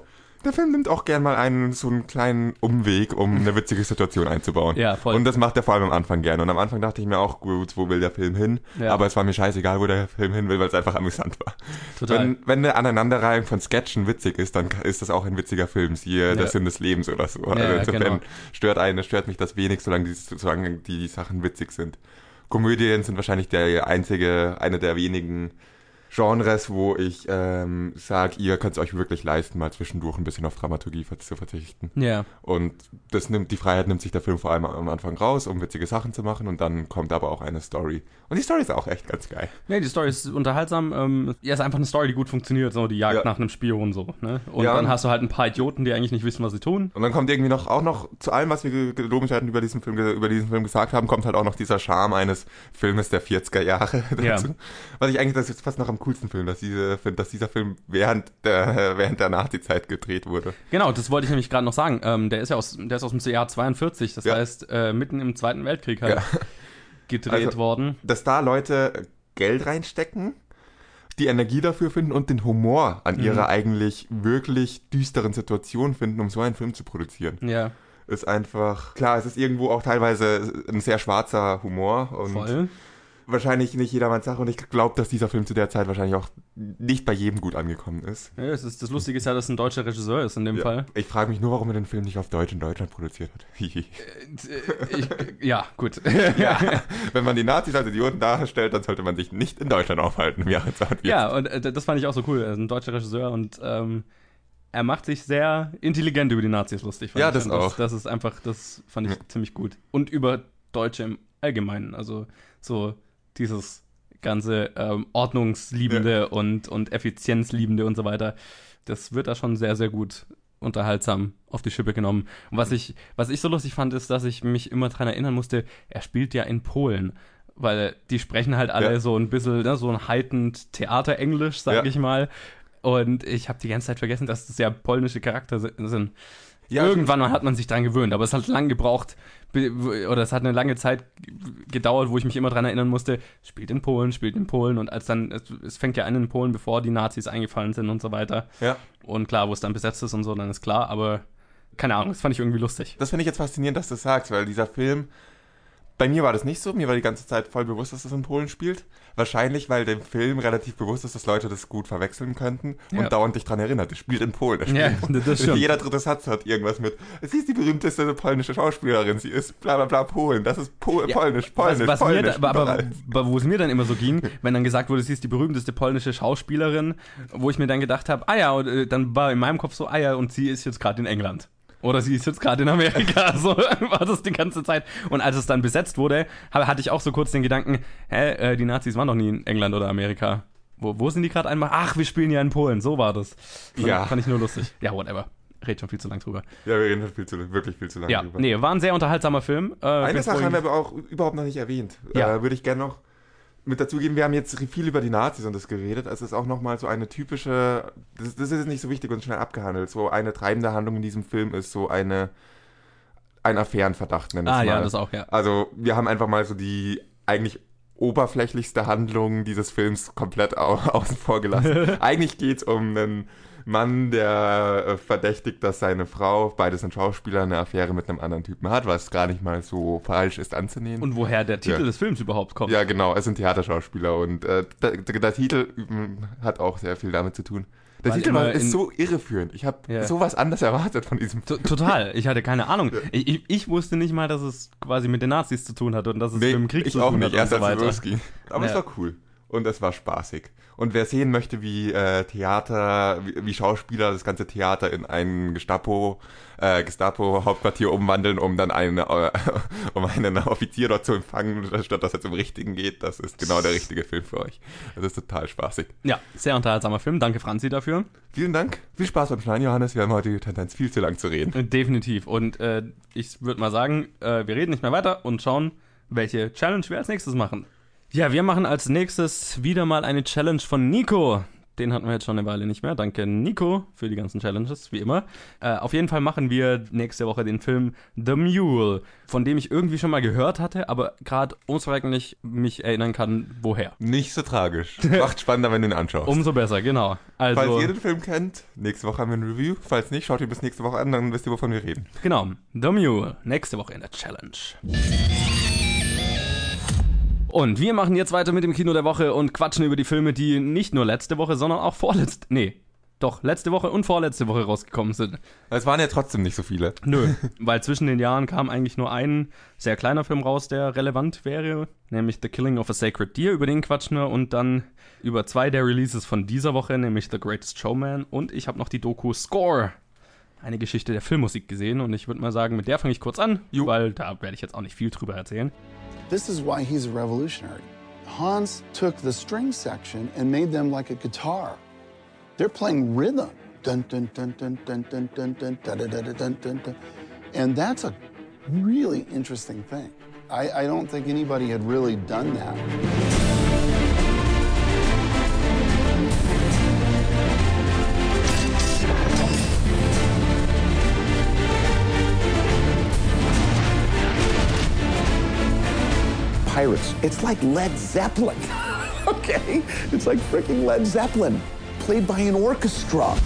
der Film nimmt auch gern mal einen so einen kleinen Umweg, um eine witzige Situation einzubauen. Ja, voll. Und das macht er vor allem am Anfang gerne. Und am Anfang dachte ich mir auch, gut, wo will der Film hin? Ja. Aber es war mir scheißegal, wo der Film hin will, weil es einfach amüsant war. Total. Wenn, wenn eine Aneinanderreihung von Sketchen witzig ist, dann ist das auch ein witziger Film. Siehe Ja. Der Sinn des Lebens oder so. Also Ja, insofern genau. stört einen, stört mich das wenig, solange die, solange die Sachen witzig sind. Komödien sind wahrscheinlich der einzige, eine der wenigen Genres, wo ich ähm, sage, ihr könnt es euch wirklich leisten, mal zwischendurch ein bisschen auf Dramaturgie zu verzichten. Ja. Und das nimmt, die Freiheit nimmt sich der Film vor allem am Anfang raus, um witzige Sachen zu machen, und dann kommt aber auch eine Story. Und die Story ist auch echt ganz geil. Nee, die Story ist unterhaltsam. Ähm, ja, ist einfach eine Story, die gut funktioniert, so die Jagd Ja. nach einem Spion so. Ne? Und Ja. dann hast du halt ein paar Idioten, die eigentlich nicht wissen, was sie tun. Und dann kommt irgendwie noch, auch noch zu allem, was wir ge- gelobt hatten über diesen Film, ge- über diesen Film gesagt haben, kommt halt auch noch dieser Charme eines Filmes der vierziger Jahre dazu. Ja. Was ich eigentlich, das ist fast noch am coolsten Film, dass diese, finde, dass dieser Film während der, während der Nazi-Zeit gedreht wurde. Genau, das wollte ich nämlich gerade noch sagen. Ähm, der ist ja aus, der ist aus dem Jahr zweiundvierzig, das Ja. heißt äh, mitten im Zweiten Weltkrieg halt Ja. gedreht Also, worden. Dass da Leute Geld reinstecken, die Energie dafür finden und den Humor an Mhm. ihrer eigentlich wirklich düsteren Situation finden, um so einen Film zu produzieren. Ja, Ist einfach, klar, es ist irgendwo auch teilweise ein sehr schwarzer Humor und voll. wahrscheinlich nicht jedermanns Sache, und ich glaube, dass dieser Film zu der Zeit wahrscheinlich auch nicht bei jedem gut angekommen ist. Ja, das, ist, das Lustige ist ja, dass es ein deutscher Regisseur ist in dem Ja. Fall. Ich frage mich nur, warum er den Film nicht auf Deutsch in Deutschland produziert hat. Hihi. Äh, ich, ja, gut. Ja, wenn man die Nazis als Idioten darstellt, dann sollte man sich nicht in Deutschland aufhalten im Jahre zweitausendvierzig. Ja, und äh, das fand ich auch so cool. Er ist ein deutscher Regisseur und ähm, er macht sich sehr intelligent über die Nazis lustig. fand Ja, ich. das Und auch. Das ist einfach, das fand ich Ja. ziemlich gut. Und über Deutsche im Allgemeinen. Also so dieses ganze ähm, Ordnungsliebende und, und Effizienzliebende und so weiter. Das wird da schon sehr, sehr gut unterhaltsam auf die Schippe genommen. Und was ich, was ich so lustig fand, ist, dass ich mich immer dran erinnern musste, er spielt ja in Polen. Weil die sprechen halt alle Ja. so ein bisschen, ne, so ein heitent Theaterenglisch, sag Ja. ich mal. Und ich habe die ganze Zeit vergessen, dass das ja polnische Charakter si- sind. Ja, Irgendwann mal hat man sich dran gewöhnt, aber es hat lang gebraucht, be- oder es hat eine lange Zeit g- gedauert, wo ich mich immer dran erinnern musste, spielt in Polen, spielt in Polen, und als dann, es, es fängt ja an in Polen, bevor die Nazis eingefallen sind und so weiter. Ja. Und klar, wo es dann besetzt ist und so, dann ist klar, aber keine Ahnung, das fand ich irgendwie lustig. Das finde ich jetzt faszinierend, dass du das sagst, weil dieser Film, bei mir war das nicht so, mir war die ganze Zeit voll bewusst, dass das in Polen spielt. Wahrscheinlich, weil dem Film relativ bewusst ist, dass Leute das gut verwechseln könnten und Ja. dauernd dich dran erinnert. Es spielt in Polen. Es spielt Ja, in Polen. das stimmt. Jeder dritte Satz hat irgendwas mit, sie ist die berühmteste polnische Schauspielerin, sie ist bla bla bla Polen, das ist po Ja, polnisch, polnisch, was, was polnisch. mir da, aber, aber überall. wo es mir dann immer so ging, wenn dann gesagt wurde, sie ist die berühmteste polnische Schauspielerin, wo ich mir dann gedacht habe, ah ja, und, äh, dann war in meinem Kopf so, ah ja, und sie ist jetzt gerade in England. Oder sie ist jetzt gerade in Amerika. So war das die ganze Zeit. Und als es dann besetzt wurde, hab, hatte ich auch so kurz den Gedanken, hä, äh, die Nazis waren doch nie in England oder Amerika. Wo, wo sind die gerade einmal? Ach, wir spielen ja in Polen. So war das. Fand, Ja. fand ich nur lustig. Ja, whatever. Red schon viel zu lang drüber. Ja, wir reden halt viel zu, wirklich viel zu lange Ja, drüber. nee, war ein sehr unterhaltsamer Film. Äh, Eine bin Sache froh, haben wir aber auch überhaupt noch nicht erwähnt. Ja. Äh, würde ich gerne noch mit dazugeben. Wir haben jetzt viel über die Nazis und das geredet. Es ist auch nochmal so eine typische, das, das ist jetzt nicht so wichtig und schnell abgehandelt. So eine treibende Handlung in diesem Film ist so eine, ein Affärenverdacht, nenne ich Ah es mal. ja, das auch, ja. Also wir haben einfach mal so die eigentlich oberflächlichste Handlung dieses Films komplett au außen vor gelassen. Eigentlich geht es um einen Mann, der äh, verdächtigt, dass seine Frau, beide sind Schauspieler, eine Affäre mit einem anderen Typen hat, was gar nicht mal so falsch ist anzunehmen. Und woher der Titel Ja. des Films überhaupt kommt. Ja, genau, es sind Theaterschauspieler und äh, der, der, der Titel ähm, hat auch sehr viel damit zu tun. Der Weil Titel immer war, ist in- so irreführend. Ich habe Ja. sowas anderes erwartet von diesem T- Total, ich hatte keine Ahnung. Ich, ich, ich wusste nicht mal, dass es quasi mit den Nazis zu tun hat und dass es Nee, mit dem Krieg ich zu auch tun nicht, hat und erst so als es weiter. losging. Aber es Ja. war cool. Und es war spaßig. Und wer sehen möchte, wie äh, Theater, wie, wie Schauspieler das ganze Theater in ein Gestapo, äh, Gestapo-Hauptquartier umwandeln, um dann einen, äh, um einen Offizier dort zu empfangen, statt dass er zum Richtigen geht, das ist genau der richtige Film für euch. Das ist total spaßig. Ja, sehr unterhaltsamer Film. Danke, Franzi, dafür. Vielen Dank. Viel Spaß beim Schneiden, Johannes. Wir haben heute die Tendenz, viel zu lang zu reden. Äh, Definitiv. Und äh, ich würde mal sagen, äh, wir reden nicht mehr weiter und schauen, welche Challenge wir als nächstes machen. Ja, wir machen als nächstes wieder mal eine Challenge von Nico. Den hatten wir jetzt schon eine Weile nicht mehr. Danke, Nico, für die ganzen Challenges, wie immer. Äh, auf jeden Fall machen wir nächste Woche den Film The Mule, von dem ich irgendwie schon mal gehört hatte, aber gerade ums Verrecken nicht mich erinnern kann, woher. Nicht so tragisch. Macht spannender, wenn du ihn anschaust. Umso besser, genau. Also, falls ihr den Film kennt, nächste Woche haben wir ein Review. Falls nicht, schaut ihr bis nächste Woche an, dann wisst ihr, wovon wir reden. Genau, The Mule, nächste Woche in der Challenge. Und wir machen jetzt weiter mit dem Kino der Woche und quatschen über die Filme, die nicht nur letzte Woche, sondern auch vorletzte, nee, doch, letzte Woche und vorletzte Woche rausgekommen sind. Es waren ja trotzdem nicht so viele. Nö, weil zwischen den Jahren kam eigentlich nur ein sehr kleiner Film raus, der relevant wäre, nämlich The Killing of a Sacred Deer, über den quatschen wir, und dann über zwei der Releases von dieser Woche, nämlich The Greatest Showman, und ich habe noch die Doku Score, eine Geschichte der Filmmusik, gesehen, und ich würde mal sagen, mit der fange ich kurz an, Jo. weil da werde ich jetzt auch nicht viel drüber erzählen. This is why he's a revolutionary. Hans took the string section and made them like a guitar. They're playing rhythm. Dun, dun, dun, dun, dun, dun, dun, dun, dun, dun, dun, dun, dun, dun. And that's a really interesting thing. I, I don't think anybody had really done that. Pirates. It's like Led Zeppelin, okay? It's like freaking Led Zeppelin, played by an orchestra.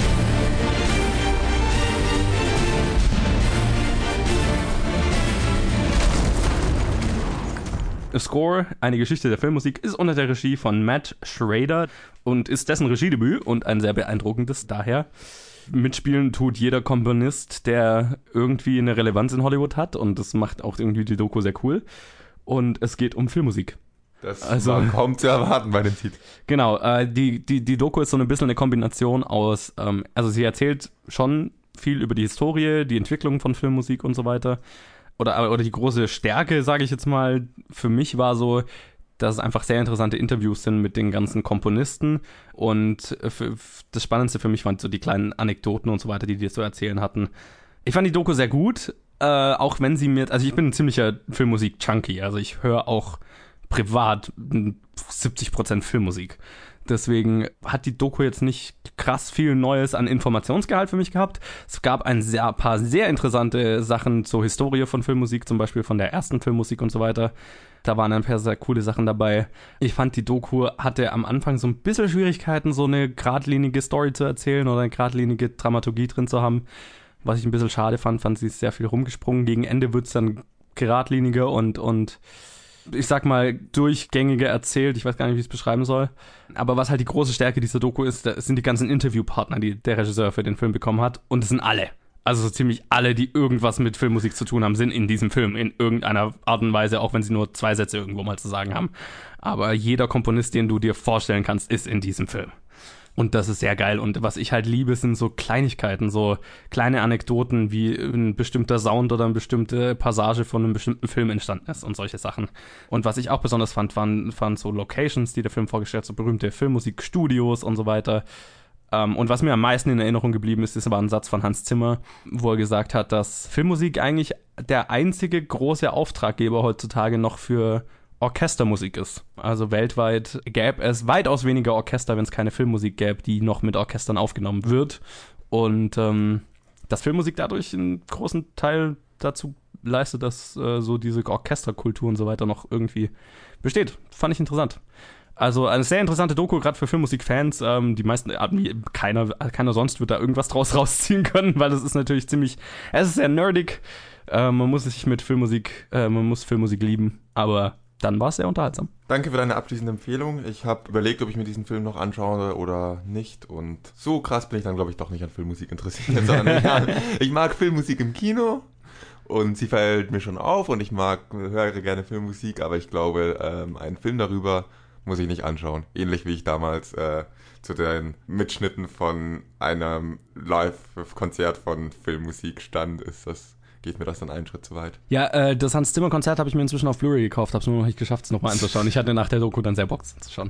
Score, eine Geschichte der Filmmusik, ist unter der Regie von Matt Schrader und ist dessen Regiedebüt und ein sehr beeindruckendes daher. Mitspielen tut jeder Komponist, der irgendwie eine Relevanz in Hollywood hat, und das macht auch irgendwie die Doku sehr cool. Und es geht um Filmmusik. Das Also- war kaum zu erwarten bei dem Titel. Genau, äh, die, die, die Doku ist so ein bisschen eine Kombination aus, ähm, also sie erzählt schon viel über die Historie, die Entwicklung von Filmmusik und so weiter. Oder, oder die große Stärke, sage ich jetzt mal, für mich war so, dass es einfach sehr interessante Interviews sind mit den ganzen Komponisten. Und für, das Spannendste für mich waren so die kleinen Anekdoten und so weiter, die die so erzählen hatten. Ich fand die Doku sehr gut, äh, auch wenn sie mir, also ich bin ein ziemlicher Filmmusik-Junkie, also ich höre auch privat siebzig Prozent Filmmusik. Deswegen hat die Doku jetzt nicht krass viel Neues an Informationsgehalt für mich gehabt. Es gab ein sehr, paar sehr interessante Sachen zur Historie von Filmmusik, zum Beispiel von der ersten Filmmusik und so weiter. Da waren ein paar sehr coole Sachen dabei. Ich fand, die Doku hatte am Anfang so ein bisschen Schwierigkeiten, so eine geradlinige Story zu erzählen oder eine geradlinige Dramaturgie drin zu haben. Was ich ein bisschen schade fand, fand sie ist sehr viel rumgesprungen. Gegen Ende wird es dann geradliniger und, und ich sag mal, durchgängiger erzählt. Ich weiß gar nicht, wie ich es beschreiben soll. Aber was halt die große Stärke dieser Doku ist, das sind die ganzen Interviewpartner, die der Regisseur für den Film bekommen hat. Und es sind alle. Also so ziemlich alle, die irgendwas mit Filmmusik zu tun haben, sind in diesem Film in irgendeiner Art und Weise, auch wenn sie nur zwei Sätze irgendwo mal zu sagen haben. Aber jeder Komponist, den du dir vorstellen kannst, ist in diesem Film. Und das ist sehr geil. Und was ich halt liebe, sind so Kleinigkeiten, so kleine Anekdoten, wie ein bestimmter Sound oder eine bestimmte Passage von einem bestimmten Film entstanden ist und solche Sachen. Und was ich auch besonders fand, waren, waren so Locations, die der Film vorgestellt hat, so berühmte Filmmusikstudios und so weiter. Um, und was mir am meisten in Erinnerung geblieben ist, ist aber ein Satz von Hans Zimmer, wo er gesagt hat, dass Filmmusik eigentlich der einzige große Auftraggeber heutzutage noch für Orchestermusik ist. Also weltweit gäbe es weitaus weniger Orchester, wenn es keine Filmmusik gäbe, die noch mit Orchestern aufgenommen wird. Und ähm, dass Filmmusik dadurch einen großen Teil dazu leistet, dass äh, so diese Orchesterkultur und so weiter noch irgendwie besteht. Fand ich interessant. Also eine sehr interessante Doku, gerade für Filmmusikfans. Ähm, die meisten, äh, keiner, keiner sonst wird da irgendwas draus rausziehen können, weil es ist natürlich ziemlich, es ist sehr nerdig. Äh, man muss sich mit Filmmusik, äh, man muss Filmmusik lieben, aber dann war es sehr unterhaltsam. Danke für deine abschließende Empfehlung. Ich habe überlegt, ob ich mir diesen Film noch anschaue oder nicht. Und so krass bin ich dann, glaube ich, doch nicht an Filmmusik interessiert. Sondern ich, ich mag Filmmusik im Kino und sie fällt mir schon auf und ich mag, höre gerne Filmmusik, aber ich glaube, ähm, einen Film darüber muss ich nicht anschauen. Ähnlich wie ich damals äh, zu den Mitschnitten von einem Live-Konzert von Filmmusik stand, ist das, geht mir das dann einen Schritt zu weit. Ja, äh, das Hans Zimmer Konzert habe ich mir inzwischen auf Blu-ray gekauft, habe es nur noch nicht geschafft, es nochmal anzuschauen. Ich hatte nach der Doku dann sehr Bock zu schauen.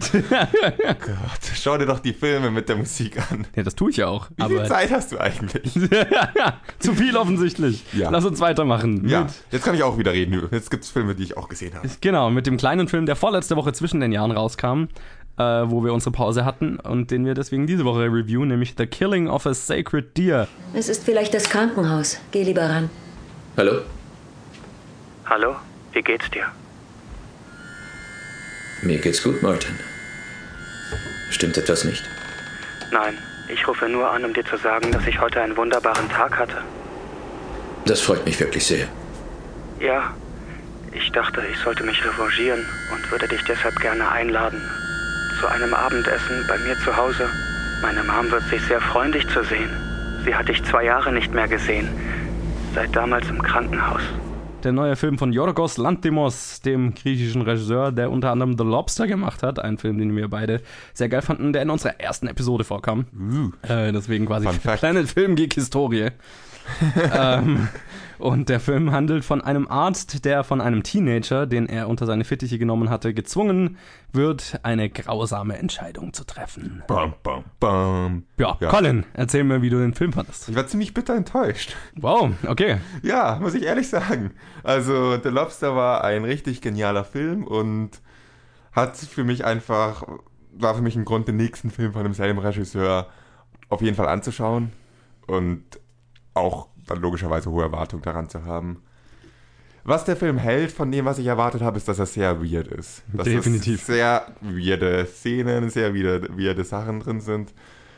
Gott, schau dir doch die Filme mit der Musik an. Ja, das tue ich ja auch. Wie aber viel Zeit hast du eigentlich? zu viel offensichtlich. Ja. Lass uns weitermachen. Ja, Mit, jetzt kann ich auch wieder reden. Jetzt gibt es Filme, die ich auch gesehen habe. genau, mit dem kleinen Film, der vorletzte Woche zwischen den Jahren rauskam. äh, wo wir unsere Pause hatten und den wir deswegen diese Woche reviewen, nämlich The Killing of a Sacred Deer. Es ist vielleicht das Krankenhaus. Geh lieber ran. Hallo? Hallo, wie geht's dir? Mir geht's gut, Martin. Stimmt etwas nicht? Nein, ich rufe nur an, um dir zu sagen, dass ich heute einen wunderbaren Tag hatte. Das freut mich wirklich sehr. Ja, ich dachte, ich sollte mich revanchieren und würde dich deshalb gerne einladen. Zu einem Abendessen bei mir zu Hause. Meine Mom wird sich sehr freuen, dich zu sehen. Sie hat dich zwei Jahre nicht mehr gesehen. Seit damals im Krankenhaus. Der neue Film von Yorgos Lanthimos, dem griechischen Regisseur, der unter anderem The Lobster gemacht hat. Ein Film, den wir beide sehr geil fanden, der in unserer ersten Episode vorkam. Uh, äh, deswegen quasi kleine Filmgeek-Historie. ähm, und der Film handelt von einem Arzt, der von einem Teenager, den er unter seine Fittiche genommen hatte, gezwungen wird, eine grausame Entscheidung zu treffen. Bam, bam, bam. Ja, ja, Colin, erzähl mir, wie du den Film fandest. Ich war ziemlich bitter enttäuscht. Wow, okay. Ja, muss ich ehrlich sagen. Also, The Lobster war ein richtig genialer Film und hat für mich einfach, war für mich ein Grund, den nächsten Film von demselben Regisseur auf jeden Fall anzuschauen und auch dann logischerweise hohe Erwartungen daran zu haben. Was der Film hält von dem, was ich erwartet habe, ist, dass er sehr weird ist. Dass Definitiv. sehr weirde Szenen, sehr weirde, weirde Sachen drin sind.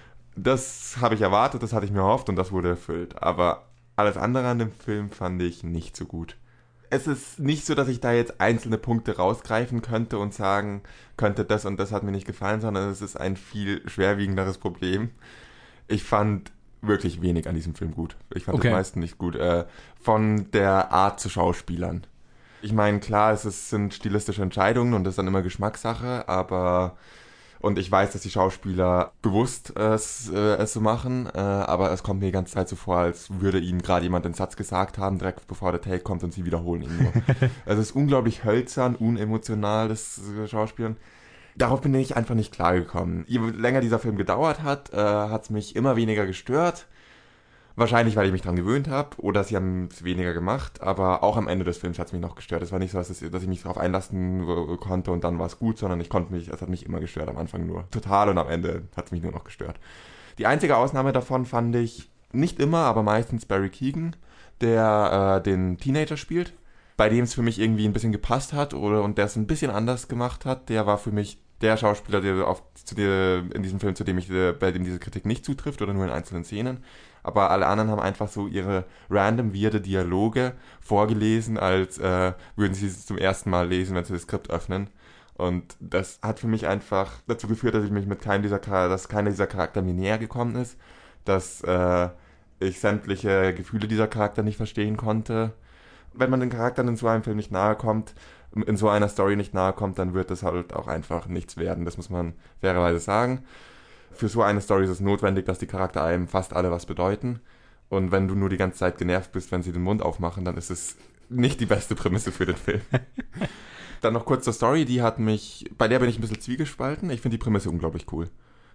Das habe ich erwartet, das hatte ich mir erhofft und das wurde erfüllt. Aber alles andere an dem Film fand ich nicht so gut. Es ist nicht so, dass ich da jetzt einzelne Punkte rausgreifen könnte und sagen könnte, das und das hat mir nicht gefallen, sondern es ist ein viel schwerwiegenderes Problem. Ich fand wirklich wenig an diesem Film gut. Ich fand okay. das meiste nicht gut. Äh, von der Art zu Schauspielern. Ich meine, klar, es ist, sind stilistische Entscheidungen und das ist dann immer Geschmackssache, aber und ich weiß, dass die Schauspieler bewusst äh, es, äh, es so machen, äh, aber es kommt mir die ganze Zeit so vor, als würde ihnen gerade jemand den Satz gesagt haben, direkt bevor der Take kommt und sie wiederholen ihn nur. Also es ist unglaublich hölzern, unemotional, das äh, Schauspielen. Darauf bin ich einfach nicht klargekommen. Je länger dieser Film gedauert hat, äh, hat es mich immer weniger gestört. Wahrscheinlich, weil ich mich dran gewöhnt habe oder sie haben es weniger gemacht, aber auch am Ende des Films hat es mich noch gestört. Es war nicht so, dass, es, dass ich mich darauf einlassen konnte und dann war es gut, sondern ich konnte mich, es hat mich immer gestört, am Anfang nur total und am Ende hat es mich nur noch gestört. Die einzige Ausnahme davon fand ich, nicht immer, aber meistens Barry Keoghan, der äh, den Teenager spielt, bei dem es für mich irgendwie ein bisschen gepasst hat oder und der es ein bisschen anders gemacht hat. Der war für mich der Schauspieler, der auf, zu der, in diesem Film, zu dem ich, bei dem diese Kritik nicht zutrifft oder nur in einzelnen Szenen. Aber alle anderen haben einfach so ihre random, weirde Dialoge vorgelesen, als äh, würden sie es zum ersten Mal lesen, wenn sie das Skript öffnen. Und das hat für mich einfach dazu geführt, dass ich mich mit keinem dieser Charakter, dass keiner dieser Charakter mir näher gekommen ist, dass äh, ich sämtliche Gefühle dieser Charakter nicht verstehen konnte. Wenn man den Charakteren in so einem Film nicht nahe kommt, in so einer Story nicht nahe kommt, dann wird das halt auch einfach nichts werden. Das muss man fairerweise sagen. Für so eine Story ist es notwendig, dass die Charakter einem fast alle was bedeuten. Und wenn du nur die ganze Zeit genervt bist, wenn sie den Mund aufmachen, dann ist es nicht die beste Prämisse für den Film. Dann noch kurz zur Story, die hat mich, bei der bin ich ein bisschen zwiegespalten. Ich finde die Prämisse unglaublich cool.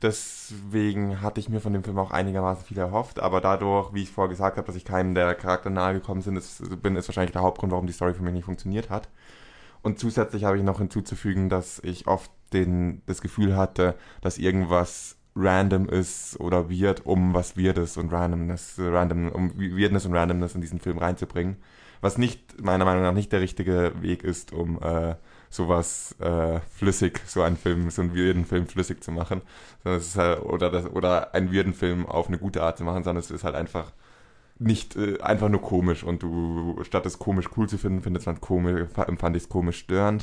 Deswegen hatte ich mir von dem Film auch einigermaßen viel erhofft, aber dadurch, wie ich vorher gesagt habe, dass ich keinem der Charakter nahe gekommen bin, ist, bin, ist wahrscheinlich der Hauptgrund, warum die Story für mich nicht funktioniert hat. Und zusätzlich habe ich noch hinzuzufügen, dass ich oft den, das Gefühl hatte, dass irgendwas random ist oder weird, um was Weirdes und Randomness, random, um Weirdness und Randomness in diesen Film reinzubringen. Was nicht, meiner Meinung nach, nicht der richtige Weg ist, um äh, sowas äh, flüssig, so einen Film, so einen weirden Film flüssig zu machen. Sondern es ist halt, oder, das, oder einen weirden Film auf eine gute Art zu machen, sondern es ist halt einfach nicht äh, einfach nur komisch und du, statt es komisch cool zu finden, findest man komisch, empfand ich es komisch störend.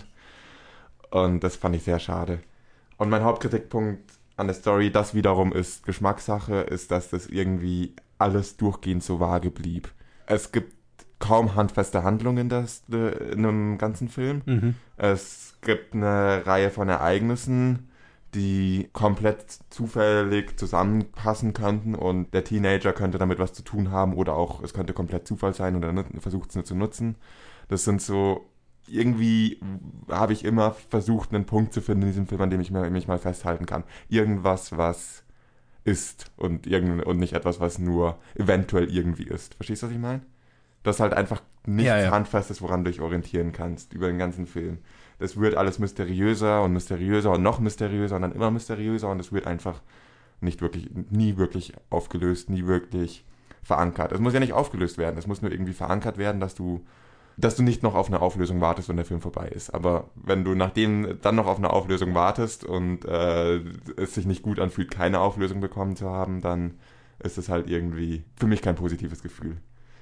Und das fand ich sehr schade. Und mein Hauptkritikpunkt an der Story, das wiederum ist Geschmackssache, ist, dass das irgendwie alles durchgehend so vage blieb. Es gibt kaum handfeste Handlungen in, das, in einem ganzen Film. Mhm. Es gibt eine Reihe von Ereignissen, die komplett zufällig zusammenpassen könnten und der Teenager könnte damit was zu tun haben oder auch es könnte komplett Zufall sein und er versucht es nur zu nutzen. Das sind so, irgendwie habe ich immer versucht, einen Punkt zu finden in diesem Film, an dem ich mich mal festhalten kann. Irgendwas, was ist und, irgend, und nicht etwas, was nur eventuell irgendwie ist. Verstehst du, was ich meine? Das halt einfach nichts ja, ja. Handfestes, woran du dich orientieren kannst über den ganzen Film. das wird alles mysteriöser und mysteriöser und noch mysteriöser und dann immer mysteriöser und es wird einfach nicht wirklich, nie wirklich aufgelöst, nie wirklich verankert. Es muss ja nicht aufgelöst werden, es muss nur irgendwie verankert werden, dass du dass du nicht noch auf eine Auflösung wartest, wenn der Film vorbei ist. Aber wenn du nachdem dann noch auf eine Auflösung wartest und äh, es sich nicht gut anfühlt, keine Auflösung bekommen zu haben, dann ist es halt irgendwie für mich kein positives Gefühl.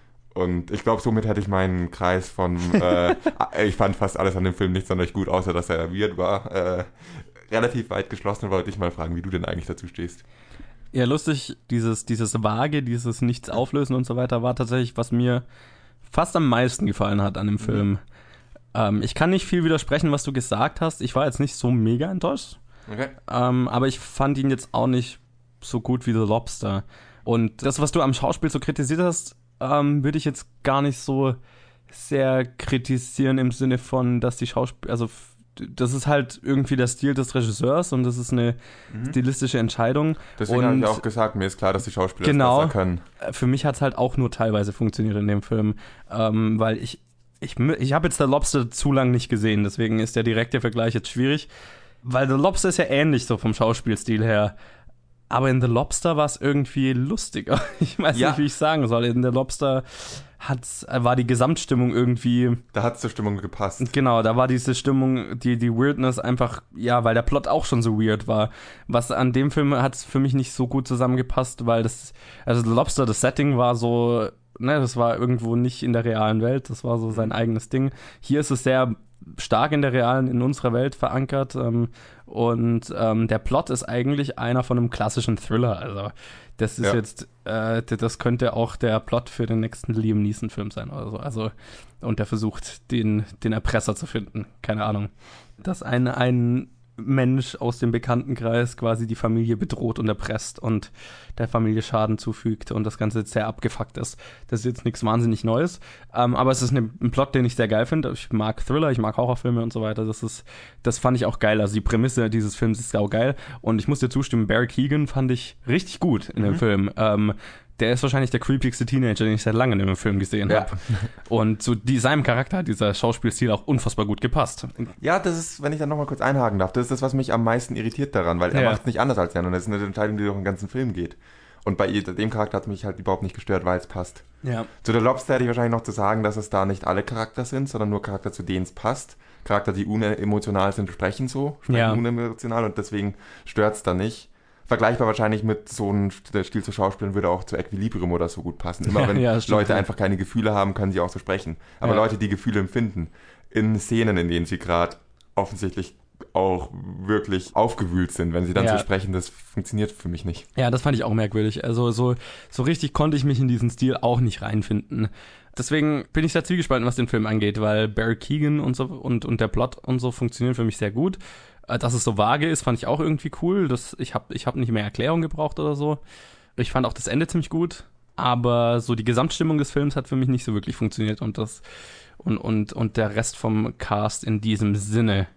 Und ich glaube, somit hätte ich meinen Kreis von, äh, ich fand fast alles an dem Film nicht sonderlich gut, außer dass er weird war, äh, relativ weit geschlossen. Wollte ich mal fragen, wie du denn eigentlich dazu stehst. Ja, lustig, dieses, dieses Vage, dieses Nichts auflösen und so weiter war tatsächlich, was mir fast am meisten gefallen hat an dem Film. Mhm. Ähm, ich kann nicht viel widersprechen, was du gesagt hast. Ich war jetzt nicht so mega enttäuscht. Okay. Ähm, aber ich fand ihn jetzt auch nicht so gut wie The Lobster. Und das, was du am Schauspiel so kritisiert hast, ähm, würde ich jetzt gar nicht so sehr kritisieren im Sinne von, dass die Schauspieler, also das ist halt irgendwie der Stil des Regisseurs und das ist eine mhm. stilistische Entscheidung. Deswegen habe ich auch gesagt, mir ist klar, dass die Schauspieler genau, das besser können. Für mich hat es halt auch nur teilweise funktioniert in dem Film, ähm, weil ich ich, ich habe jetzt The Lobster zu lang nicht gesehen, deswegen ist der direkte Vergleich jetzt schwierig, weil The Lobster ist ja ähnlich so vom Schauspielstil her. Aber in The Lobster war es irgendwie lustiger. Ich weiß ja. nicht, wie ich sagen soll. In The Lobster hat's, war die Gesamtstimmung irgendwie... Da hat es zur Stimmung gepasst. Genau, da war diese Stimmung, die, die Weirdness einfach, ja, weil der Plot auch schon so weird war. Was an dem Film hat es für mich nicht so gut zusammengepasst, weil das, also The Lobster, das Setting war so, ne, das war irgendwo nicht in der realen Welt, das war so sein eigenes Ding. Hier ist es sehr stark in der realen, in unserer Welt verankert, ähm, und ähm, der Plot ist eigentlich einer von einem klassischen Thriller, also das ist ja. jetzt, äh, das könnte auch der Plot für den nächsten Liam Neeson-Film sein oder so, also, und der versucht, den, den Erpresser zu finden, keine Ahnung, dass ein, ein Mensch aus dem Bekanntenkreis quasi die Familie bedroht und erpresst und der Familie Schaden zufügt und das Ganze jetzt sehr abgefuckt ist. Das ist jetzt nichts wahnsinnig Neues, ähm, aber es ist eine, ein Plot, den ich sehr geil finde. Ich mag Thriller, ich mag Horrorfilme und so weiter. Das ist, das fand ich auch geil. Also die Prämisse dieses Films ist auch geil und ich muss dir zustimmen, Barry Keoghan fand ich richtig gut in mhm. dem Film. Ähm, der ist wahrscheinlich der creepigste Teenager, den ich seit langem in einem Film gesehen ja. habe. Und zu die, seinem Charakter hat dieser Schauspielstil auch unfassbar gut gepasst. Ja, das ist, wenn ich dann nochmal kurz einhaken darf, das ist das, was mich am meisten irritiert daran, weil er ja. macht es nicht anders als Jan und das ist eine Entscheidung, die durch den ganzen Film geht. Und bei dem Charakter hat es mich halt überhaupt nicht gestört, weil es passt. Ja. Zu The Lobster hätte ich wahrscheinlich noch zu sagen, dass es da nicht alle Charakter sind, sondern nur Charakter, zu denen es passt. Charakter, die unemotional sind, sprechen so, sprechen ja. unemotional und deswegen stört es da nicht. Vergleichbar wahrscheinlich mit so einem Stil zu Schauspielen würde auch zu Equilibrium oder so gut passen. Immer wenn ja, stimmt, Leute ja. einfach keine Gefühle haben, können sie auch so sprechen. Aber ja. Leute, die Gefühle empfinden, in Szenen, in denen sie gerade offensichtlich auch wirklich aufgewühlt sind, wenn sie dann ja. so sprechen, das funktioniert für mich nicht. Ja, das fand ich auch merkwürdig. Also so, so richtig konnte ich mich in diesen Stil auch nicht reinfinden. Deswegen bin ich sehr zwiegespalten, was den Film angeht, weil Barry Keoghan und so und, und der Plot und so funktionieren für mich sehr gut. Dass es so vage ist, fand ich auch irgendwie cool. Das, ich habe ich hab nicht mehr Erklärung gebraucht oder so. Ich fand auch das Ende ziemlich gut. Aber so die Gesamtstimmung des Films hat für mich nicht so wirklich funktioniert. Und, das, und, und, und der Rest vom Cast in diesem Sinne.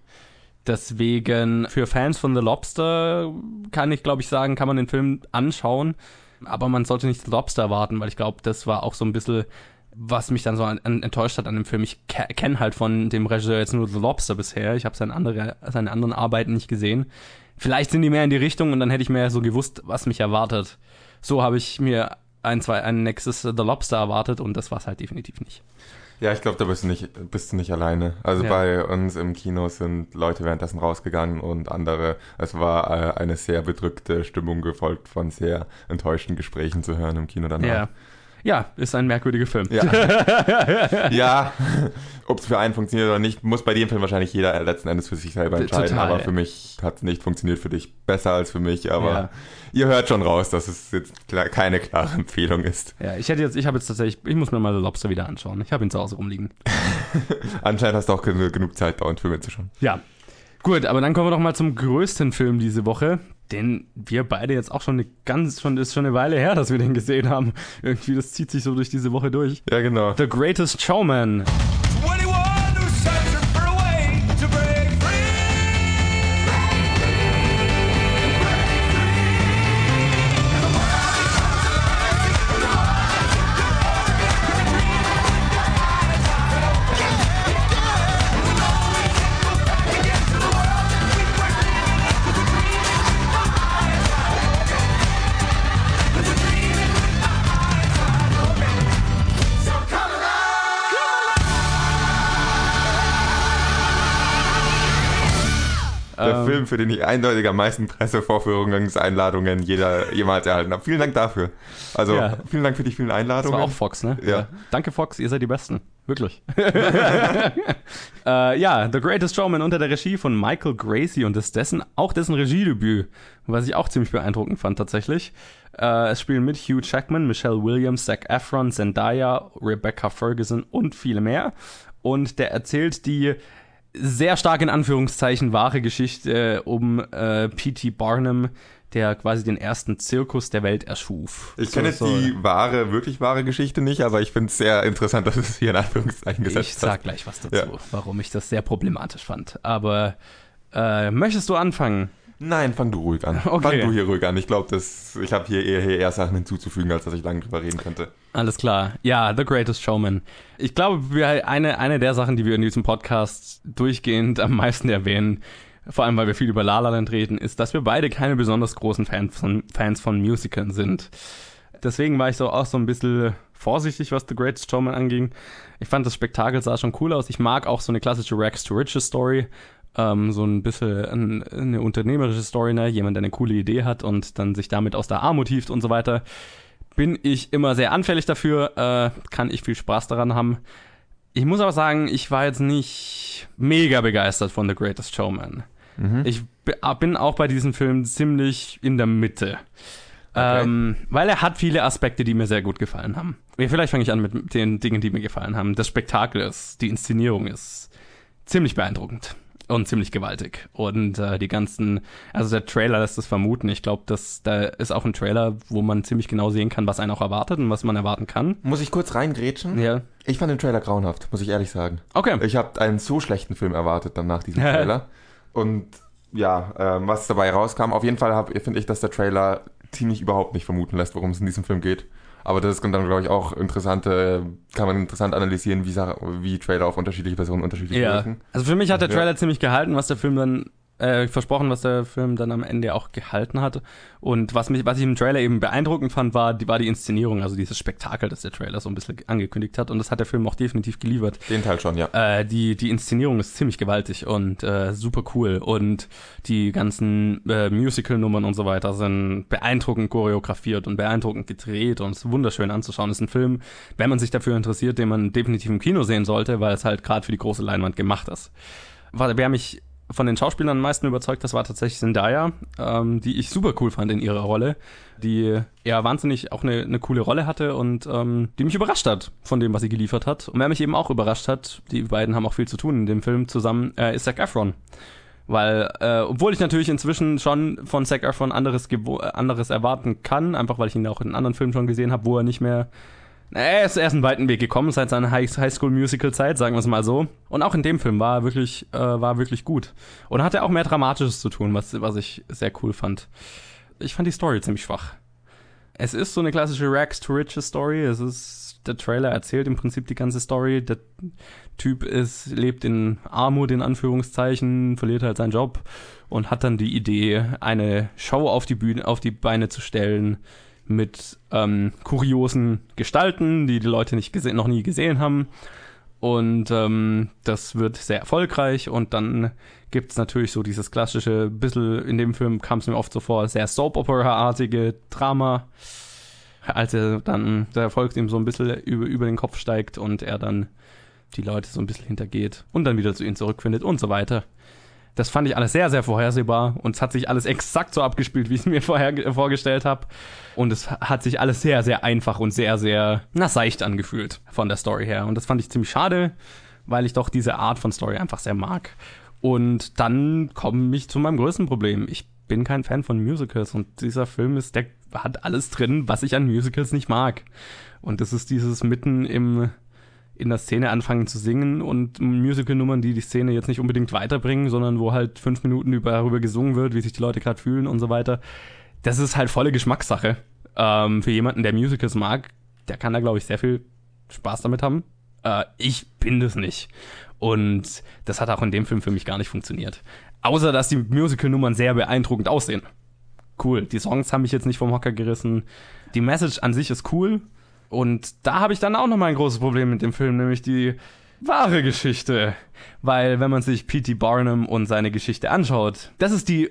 Deswegen, für Fans von The Lobster kann ich, glaube ich, sagen, kann man den Film anschauen. Aber man sollte nicht The Lobster erwarten, weil ich glaube, das war auch so ein bisschen... was mich dann so an, an, enttäuscht hat an dem Film. Ich ke- kenne halt von dem Regisseur jetzt nur The Lobster bisher. Ich habe seine, andere, seine anderen Arbeiten nicht gesehen. Vielleicht sind die mehr in die Richtung und dann hätte ich mehr so gewusst, was mich erwartet. So habe ich mir ein, zwei, ein nächstes The Lobster erwartet und das war es halt definitiv nicht. Ja, ich glaube, da bist du nicht, bist du nicht alleine. Also ja. bei uns im Kino sind Leute währenddessen rausgegangen und andere. Es war äh, eine sehr bedrückte Stimmung, gefolgt von sehr enttäuschten Gesprächen zu hören im Kino danach. Ja. Ja, ist ein merkwürdiger Film. Ja, ja. Ob es für einen funktioniert oder nicht, muss bei dem Film wahrscheinlich jeder letzten Endes für sich selber entscheiden. Total, aber für mich hat es nicht funktioniert, für dich besser als für mich. Aber ja. ihr hört schon raus, dass es jetzt klar, keine klare Empfehlung ist. Ja, ich hätte jetzt, ich habe jetzt tatsächlich, ich muss mir mal The Lobster wieder anschauen. Ich habe ihn zu Hause rumliegen. Anscheinend hast du auch genug Zeit, dauernd Filme zu schauen. Ja. Gut, aber dann kommen wir doch mal zum größten Film diese Woche, den wir beide jetzt auch schon eine ganz, schon ist schon eine Weile her, dass wir den gesehen haben. Irgendwie, das zieht sich so durch diese Woche durch. Ja, genau. The Greatest Showman. Film, für den ich eindeutig am meisten Pressevorführungseinladungen jeder jemals erhalten habe. Vielen Dank dafür. Also Ja. vielen Dank für die vielen Einladungen. Das war auch Fox, ne? Ja. Danke, Fox, ihr seid die Besten. Wirklich. äh, ja, The Greatest Showman unter der Regie von Michael Gracie und ist dessen, auch dessen Regiedebüt, was ich auch ziemlich beeindruckend fand tatsächlich. Äh, es spielen mit Hugh Jackman, Michelle Williams, Zac Efron, Zendaya, Rebecca Ferguson und viele mehr. Und der erzählt die sehr stark in Anführungszeichen wahre Geschichte um äh, P T Barnum, der quasi den ersten Zirkus der Welt erschuf. Ich kenne jetzt die wahre, wirklich wahre Geschichte nicht, aber ich finde es sehr interessant, dass es hier in Anführungszeichen gesetzt Ich sag hat. gleich was dazu, Ja. warum ich das sehr problematisch fand. Aber äh, möchtest du anfangen? Nein, fang du ruhig an. Okay. Fang du hier ruhig an. Ich glaube, ich habe hier eher, hier eher Sachen hinzuzufügen, als dass ich lange drüber reden könnte. Alles klar. Ja, The Greatest Showman. Ich glaube, wir, eine, eine der Sachen, die wir in diesem Podcast durchgehend am meisten erwähnen, vor allem, weil wir viel über La La Land reden, ist, dass wir beide keine besonders großen Fans von, Fans von Musicals sind. Deswegen war ich so auch so ein bisschen vorsichtig, was The Greatest Showman anging. Ich fand, das Spektakel sah schon cool aus. Ich mag auch so eine klassische Rags to Riches Story. Ähm, so ein bisschen ein, eine unternehmerische Story, ne? Jemand, der eine coole Idee hat und dann sich damit aus der Armut hieft und so weiter. Bin ich immer sehr anfällig dafür. Äh, kann ich viel Spaß daran haben. Ich muss aber sagen, ich war jetzt nicht mega begeistert von The Greatest Showman. Mhm. Ich bin auch bei diesem Film ziemlich in der Mitte. Okay. Ähm, weil er hat viele Aspekte, die mir sehr gut gefallen haben. Vielleicht fange ich an mit den Dingen, die mir gefallen haben. Das Spektakel ist, die Inszenierung ist ziemlich beeindruckend und ziemlich gewaltig. Und äh, die ganzen, also der Trailer lässt es vermuten. Ich glaube, dass da ist auch ein Trailer, wo man ziemlich genau sehen kann, was einen auch erwartet und was man erwarten kann. Muss ich kurz reingrätschen? Ja. Ich fand den Trailer grauenhaft, muss ich ehrlich sagen. Okay. Ich habe einen so schlechten Film erwartet dann nach diesem Trailer. Und ja, ähm, was dabei rauskam, auf jeden Fall finde ich, dass der Trailer ziemlich überhaupt nicht vermuten lässt, worum es in diesem Film geht. Aber das ist dann, glaube ich, auch interessante, kann man interessant analysieren, wie, wie Trailer auf unterschiedliche Personen unterschiedlich Ja. wirken. Also für mich hat der Trailer Ja. ziemlich gehalten, was der Film dann äh, versprochen, was der Film dann am Ende auch gehalten hat. Und was mich, was ich im Trailer eben beeindruckend fand, war die, war die Inszenierung, also dieses Spektakel, das der Trailer so ein bisschen angekündigt hat. Und das hat der Film auch definitiv geliefert. Den Teil schon, ja. Äh, die, die Inszenierung ist ziemlich gewaltig und äh, super cool. Und die ganzen äh, Musical-Nummern und so weiter sind beeindruckend choreografiert und beeindruckend gedreht und ist wunderschön anzuschauen. Ist ein Film, wenn man sich dafür interessiert, den man definitiv im Kino sehen sollte, weil es halt gerade für die große Leinwand gemacht ist. Wer mich von den Schauspielern am meisten überzeugt, das war tatsächlich Zendaya, ähm, die ich super cool fand in ihrer Rolle, die ja wahnsinnig auch eine, eine coole Rolle hatte und ähm, die mich überrascht hat von dem, was sie geliefert hat. Und wer mich eben auch überrascht hat, die beiden haben auch viel zu tun in dem Film zusammen, äh, ist Zac Efron. Weil, äh, obwohl ich natürlich inzwischen schon von Zac Efron anderes, gewo- anderes erwarten kann, einfach weil ich ihn auch in anderen Filmen schon gesehen habe, wo er nicht mehr Er ist erst einen weiten Weg gekommen seit seiner High-School-Musical-Zeit, sagen wir es mal so. Und auch in dem Film war er wirklich, äh, war wirklich gut. Und hatte auch mehr Dramatisches zu tun, was, was ich sehr cool fand. Ich fand die Story ziemlich schwach. Es ist so eine klassische Rags-to-Riches-Story. Es ist, der Trailer erzählt im Prinzip die ganze Story. Der Typ ist, lebt in Armut, in Anführungszeichen, verliert halt seinen Job und hat dann die Idee, eine Show auf die Bühne, auf die Beine zu stellen, mit ähm, kuriosen Gestalten, die die Leute nicht gese- noch nie gesehen haben. Und ähm, das wird sehr erfolgreich. Und dann gibt's natürlich so dieses klassische, bisschen in dem Film kam es mir oft so vor, sehr Soap-Opera-artige Drama. Als er dann, der Erfolg ihm so ein bisschen über, über den Kopf steigt und er dann die Leute so ein bisschen hintergeht und dann wieder zu ihnen zurückfindet und so weiter. Das fand ich alles sehr, sehr vorhersehbar und es hat sich alles exakt so abgespielt, wie ich es mir vorher ge- vorgestellt habe. Und es hat sich alles sehr, sehr einfach und sehr, sehr, na, seicht angefühlt von der Story her. Und das fand ich ziemlich schade, weil ich doch diese Art von Story einfach sehr mag. Und dann komme ich zu meinem größten Problem. Ich bin kein Fan von Musicals und dieser Film ist, der hat alles drin, was ich an Musicals nicht mag. Und das ist dieses mitten im... in der Szene anfangen zu singen und Musical-Nummern, die die Szene jetzt nicht unbedingt weiterbringen, sondern wo halt fünf Minuten über, darüber gesungen wird, wie sich die Leute gerade fühlen und so weiter. Das ist halt volle Geschmackssache. Ähm, für jemanden, der Musicals mag, der kann da, glaube ich, sehr viel Spaß damit haben. Äh, ich bin das nicht. Und das hat auch in dem Film für mich gar nicht funktioniert. Außer, dass die Musical-Nummern sehr beeindruckend aussehen. Cool. Die Songs haben mich jetzt nicht vom Hocker gerissen. Die Message an sich ist cool. Und da habe ich dann auch nochmal ein großes Problem mit dem Film, nämlich die, wahre Geschichte. Weil, wenn man sich P T Barnum und seine Geschichte anschaut, das ist die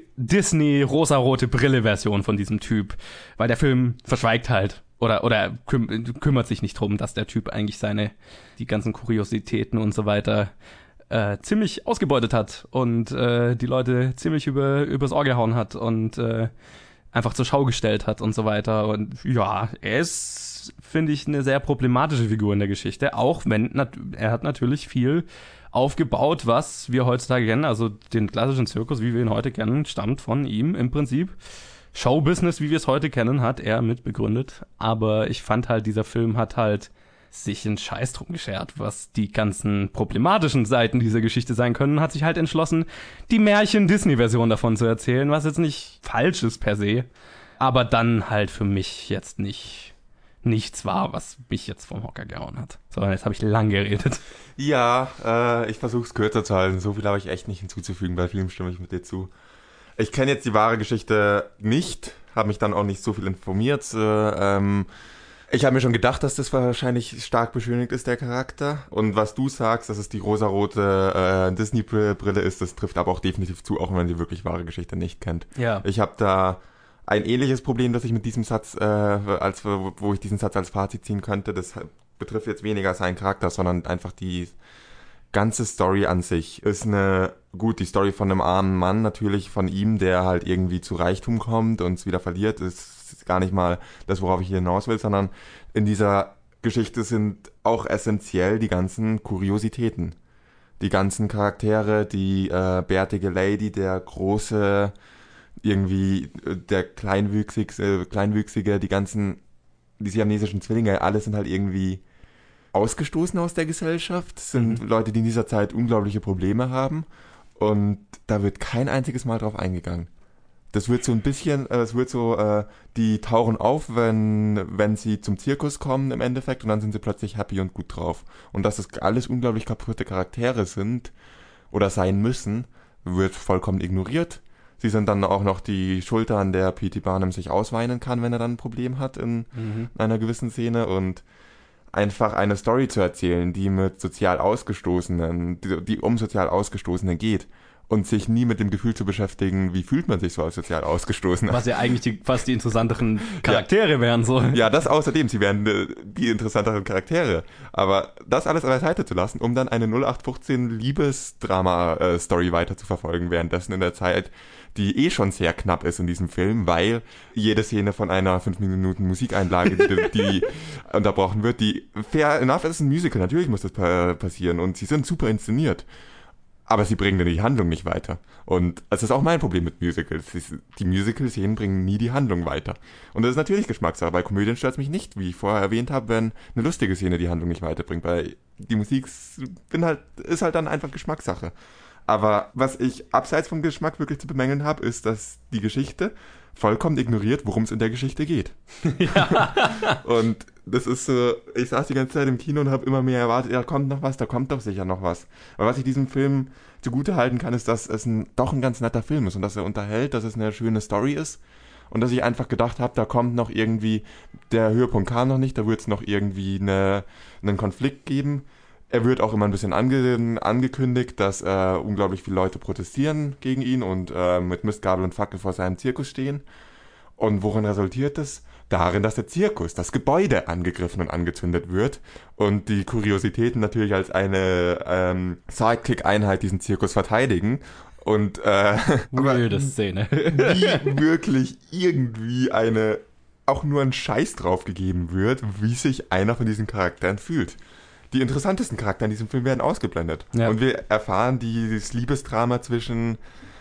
Disney-rosarote-Brille-Version von diesem Typ. Weil der Film verschweigt halt. Oder, oder küm- kümmert sich nicht drum, dass der Typ eigentlich seine, die ganzen Kuriositäten und so weiter äh, ziemlich ausgebeutet hat und äh, die Leute ziemlich über, übers Ohr gehauen hat und äh, einfach zur Schau gestellt hat und so weiter. Und ja, er ist, finde ich, eine sehr problematische Figur in der Geschichte, auch wenn nat- er hat natürlich viel aufgebaut, was wir heutzutage kennen. Also den klassischen Zirkus, wie wir ihn heute kennen, stammt von ihm im Prinzip. Showbusiness, wie wir es heute kennen, hat er mitbegründet. Aber ich fand halt, dieser Film hat halt sich einen Scheiß drum geschert, was die ganzen problematischen Seiten dieser Geschichte sein können, hat sich halt entschlossen, die Märchen-Disney-Version davon zu erzählen, was jetzt nicht falsch ist per se, aber dann halt für mich jetzt nicht nichts war, was mich jetzt vom Hocker gehauen hat. So, jetzt habe ich lang geredet. Ja, äh, ich versuche es kürzer zu halten. So viel habe ich echt nicht hinzuzufügen. Bei Filmen stimme ich mit dir zu. Ich kenne jetzt die wahre Geschichte nicht, habe mich dann auch nicht so viel informiert. Äh, ähm, ich habe mir schon gedacht, dass das wahrscheinlich stark beschönigt ist, der Charakter. Und was du sagst, dass es die rosarote äh, Disney-Brille ist, das trifft aber auch definitiv zu, auch wenn man die wirklich wahre Geschichte nicht kennt. Ja. Ich habe da ein ähnliches Problem, das ich mit diesem Satz, äh, als wo ich diesen Satz als Fazit ziehen könnte. Das betrifft jetzt weniger seinen Charakter, sondern einfach die ganze Story an sich. Ist eine, gut, die Story von einem armen Mann natürlich, von ihm, der halt irgendwie zu Reichtum kommt und es wieder verliert, ist gar nicht mal das, worauf ich hier hinaus will, sondern in dieser Geschichte sind auch essentiell die ganzen Kuriositäten. Die ganzen Charaktere, die äh, bärtige Lady, der große, irgendwie der kleinwüchsige, kleinwüchsige, die ganzen, die siamesischen Zwillinge, alle sind halt irgendwie ausgestoßen aus der Gesellschaft, sind mhm. Leute, die in dieser Zeit unglaubliche Probleme haben und da wird kein einziges Mal drauf eingegangen. Das wird so ein bisschen, äh, es wird so, äh, die tauchen auf, wenn, wenn sie zum Zirkus kommen im Endeffekt und dann sind sie plötzlich happy und gut drauf. Und dass das alles unglaublich kaputte Charaktere sind oder sein müssen, wird vollkommen ignoriert. Sie sind dann auch noch die Schulter, an der P T Barnum sich ausweinen kann, wenn er dann ein Problem hat in mhm. einer gewissen Szene und einfach eine Story zu erzählen, die mit sozial Ausgestoßenen, die, die um sozial Ausgestoßene geht und sich nie mit dem Gefühl zu beschäftigen, wie fühlt man sich so als sozial Ausgestoßener. Was ja eigentlich die, fast die interessanteren Charaktere ja. wären so. Ja, das außerdem, sie wären die, die interessanteren Charaktere. Aber das alles beiseite zu lassen, um dann eine null acht fünfzehn Liebesdrama-Story weiter zu verfolgen, währenddessen in der Zeit, die eh schon sehr knapp ist in diesem Film, weil jede Szene von einer fünf Minuten Musikeinlage, die, die unterbrochen wird, die fair enough ist ein Musical, natürlich muss das passieren und sie sind super inszeniert. Aber sie bringen die Handlung nicht weiter. Und das ist auch mein Problem mit Musicals. Die Musical-Szenen bringen nie die Handlung weiter. Und das ist natürlich Geschmackssache. Bei Komödien stört es mich nicht, wie ich vorher erwähnt habe, wenn eine lustige Szene die Handlung nicht weiterbringt. Weil die Musik bin halt, ist halt dann einfach Geschmackssache. Aber was ich abseits vom Geschmack wirklich zu bemängeln habe, ist, dass die Geschichte vollkommen ignoriert, worum es in der Geschichte geht. Ja. Und das ist so, ich saß die ganze Zeit im Kino und habe immer mehr erwartet, ja, kommt noch was, da kommt doch sicher noch was. Aber was ich diesem Film zugute halten kann, ist, dass es ein, doch ein ganz netter Film ist und dass er unterhält, dass es eine schöne Story ist und dass ich einfach gedacht habe, da kommt noch irgendwie, der Höhepunkt kam noch nicht, da wird es noch irgendwie eine, einen Konflikt geben. Er wird auch immer ein bisschen ange, angekündigt, dass äh, unglaublich viele Leute protestieren gegen ihn und äh, mit Mistgabel und Fackel vor seinem Zirkus stehen. Und worin resultiert es? Darin, dass der Zirkus, das Gebäude angegriffen und angezündet wird und die Kuriositäten natürlich als eine ähm, Sidekick-Einheit diesen Zirkus verteidigen. Und äh, weirde Szene. Wie wirklich irgendwie eine, auch nur ein Scheiß drauf gegeben wird, wie sich einer von diesen Charakteren fühlt. Die interessantesten Charaktere in diesem Film werden ausgeblendet. Ja. Und wir erfahren dieses Liebesdrama zwischen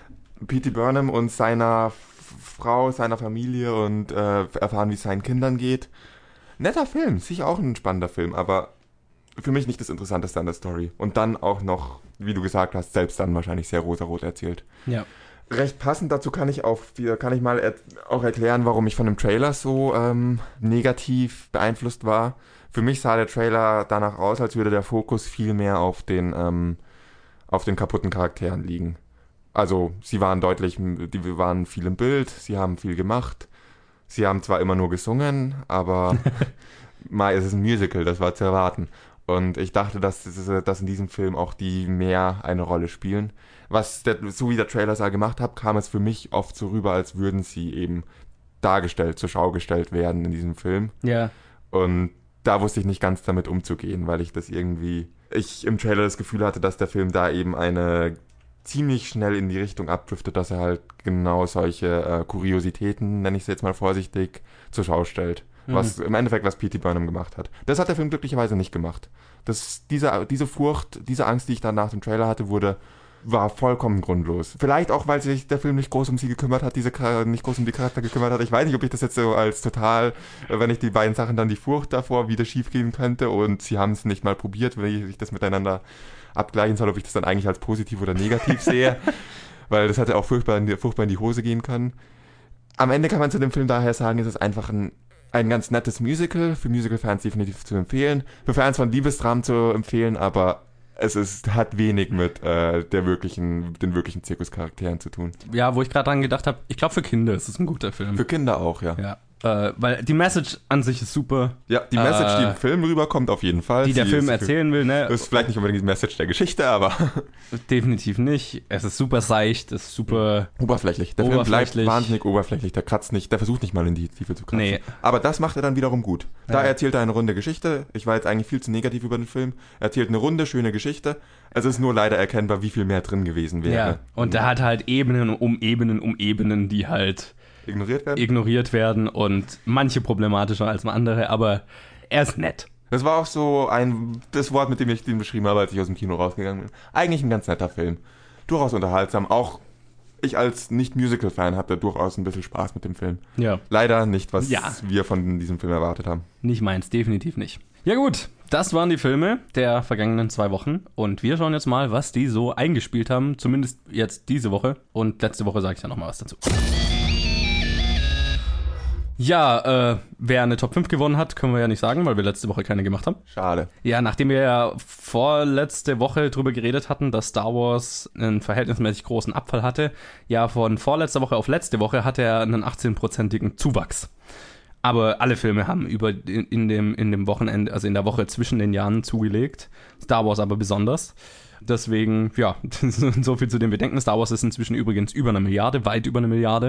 P T Barnum und seiner Frau, seiner Familie und äh, erfahren, wie es seinen Kindern geht. Netter Film, sicher auch ein spannender Film, aber für mich nicht das Interessanteste an der Story. Und dann auch noch, wie du gesagt hast, selbst dann wahrscheinlich sehr rosarot erzählt. Ja. Recht passend dazu kann ich auch, kann ich mal er- auch erklären, warum ich von dem Trailer so ähm, negativ beeinflusst war. Für mich sah der Trailer danach aus, als würde der Fokus viel mehr auf den, ähm, auf den kaputten Charakteren liegen. Also sie waren deutlich, die waren viel im Bild, sie haben viel gemacht. Sie haben zwar immer nur gesungen, aber mal ist es ein Musical, das war zu erwarten. Und ich dachte, dass, dass in diesem Film auch die mehr eine Rolle spielen. Was der, so wie der Trailer es gemacht hat, kam es für mich oft so rüber, als würden sie eben dargestellt, zur Schau gestellt werden in diesem Film. Ja. Und da wusste ich nicht ganz damit umzugehen, weil ich das irgendwie, ich im Trailer das Gefühl hatte, dass der Film da eben eine ziemlich schnell in die Richtung abdriftet, dass er halt genau solche äh, Kuriositäten, nenne ich es jetzt mal vorsichtig, zur Schau stellt. Mhm. Was im Endeffekt, was P T Burnham gemacht hat. Das hat der Film glücklicherweise nicht gemacht. Das, diese, diese Furcht, diese Angst, die ich dann nach dem Trailer hatte, wurde war vollkommen grundlos. Vielleicht auch, weil sich der Film nicht groß um sie gekümmert hat, diese nicht groß um die Charakter gekümmert hat. Ich weiß nicht, ob ich das jetzt so als total, wenn ich die beiden Sachen dann die Furcht davor wieder schief gehen könnte und sie haben es nicht mal probiert, wenn ich das miteinander abgleichen soll, ob ich das dann eigentlich als positiv oder negativ sehe, weil das hätte auch furchtbar in, die, furchtbar in die Hose gehen können. Am Ende kann man zu dem Film daher sagen, es ist einfach ein, ein ganz nettes Musical, für Musical-Fans definitiv zu empfehlen, für Fans von Liebesdramen zu empfehlen, aber es ist, hat wenig mit äh, der wirklichen, den wirklichen Zirkuscharakteren zu tun. Ja, wo ich gerade dran gedacht habe, ich glaube für Kinder ist es ein guter Film. Für Kinder auch, ja. Ja. Äh, weil die Message an sich ist super. Ja, die Message, äh, die im Film rüberkommt, auf jeden Fall. Die der Sie Film ist, erzählen will, ne? Ist vielleicht nicht unbedingt die Message der Geschichte, aber definitiv nicht. Es ist super seicht, es ist super oberflächlich. Der Film bleibt wahnsinnig oberflächlich. Der kratzt nicht, der versucht nicht mal in die Tiefe zu kratzen. Nee. Aber das macht er dann wiederum gut. Da ja. erzählt er eine runde Geschichte. Ich war jetzt eigentlich viel zu negativ über den Film. Er erzählt eine runde, schöne Geschichte. Es ist nur leider erkennbar, wie viel mehr drin gewesen wäre. Ja. Und der hat halt Ebenen um Ebenen um Ebenen, die halt ignoriert werden. ignoriert werden und manche problematischer als andere, aber er ist nett. Das war auch so ein, das Wort, mit dem ich den beschrieben habe, als ich aus dem Kino rausgegangen bin. Eigentlich ein ganz netter Film. Durchaus unterhaltsam. Auch ich als Nicht-Musical-Fan hatte durchaus ein bisschen Spaß mit dem Film. Ja. Leider nicht, was ja. wir von diesem Film erwartet haben. Nicht meins, definitiv nicht. Ja gut, das waren die Filme der vergangenen zwei Wochen und wir schauen jetzt mal, was die so eingespielt haben, zumindest jetzt diese Woche und letzte Woche sage ich ja nochmal was dazu. Ja, äh, wer eine Top fünf gewonnen hat, können wir ja nicht sagen, weil wir letzte Woche keine gemacht haben. Schade. Ja, nachdem wir ja vorletzte Woche drüber geredet hatten, dass Star Wars einen verhältnismäßig großen Abfall hatte, ja, von vorletzter Woche auf letzte Woche hatte er einen achtzehnprozentigen Zuwachs. Aber alle Filme haben über in, in dem in dem Wochenende, also in der Woche zwischen den Jahren zugelegt. Star Wars aber besonders. Deswegen, ja, so viel zu dem Bedenken. Star Wars ist inzwischen übrigens über eine Milliarde, weit über eine Milliarde.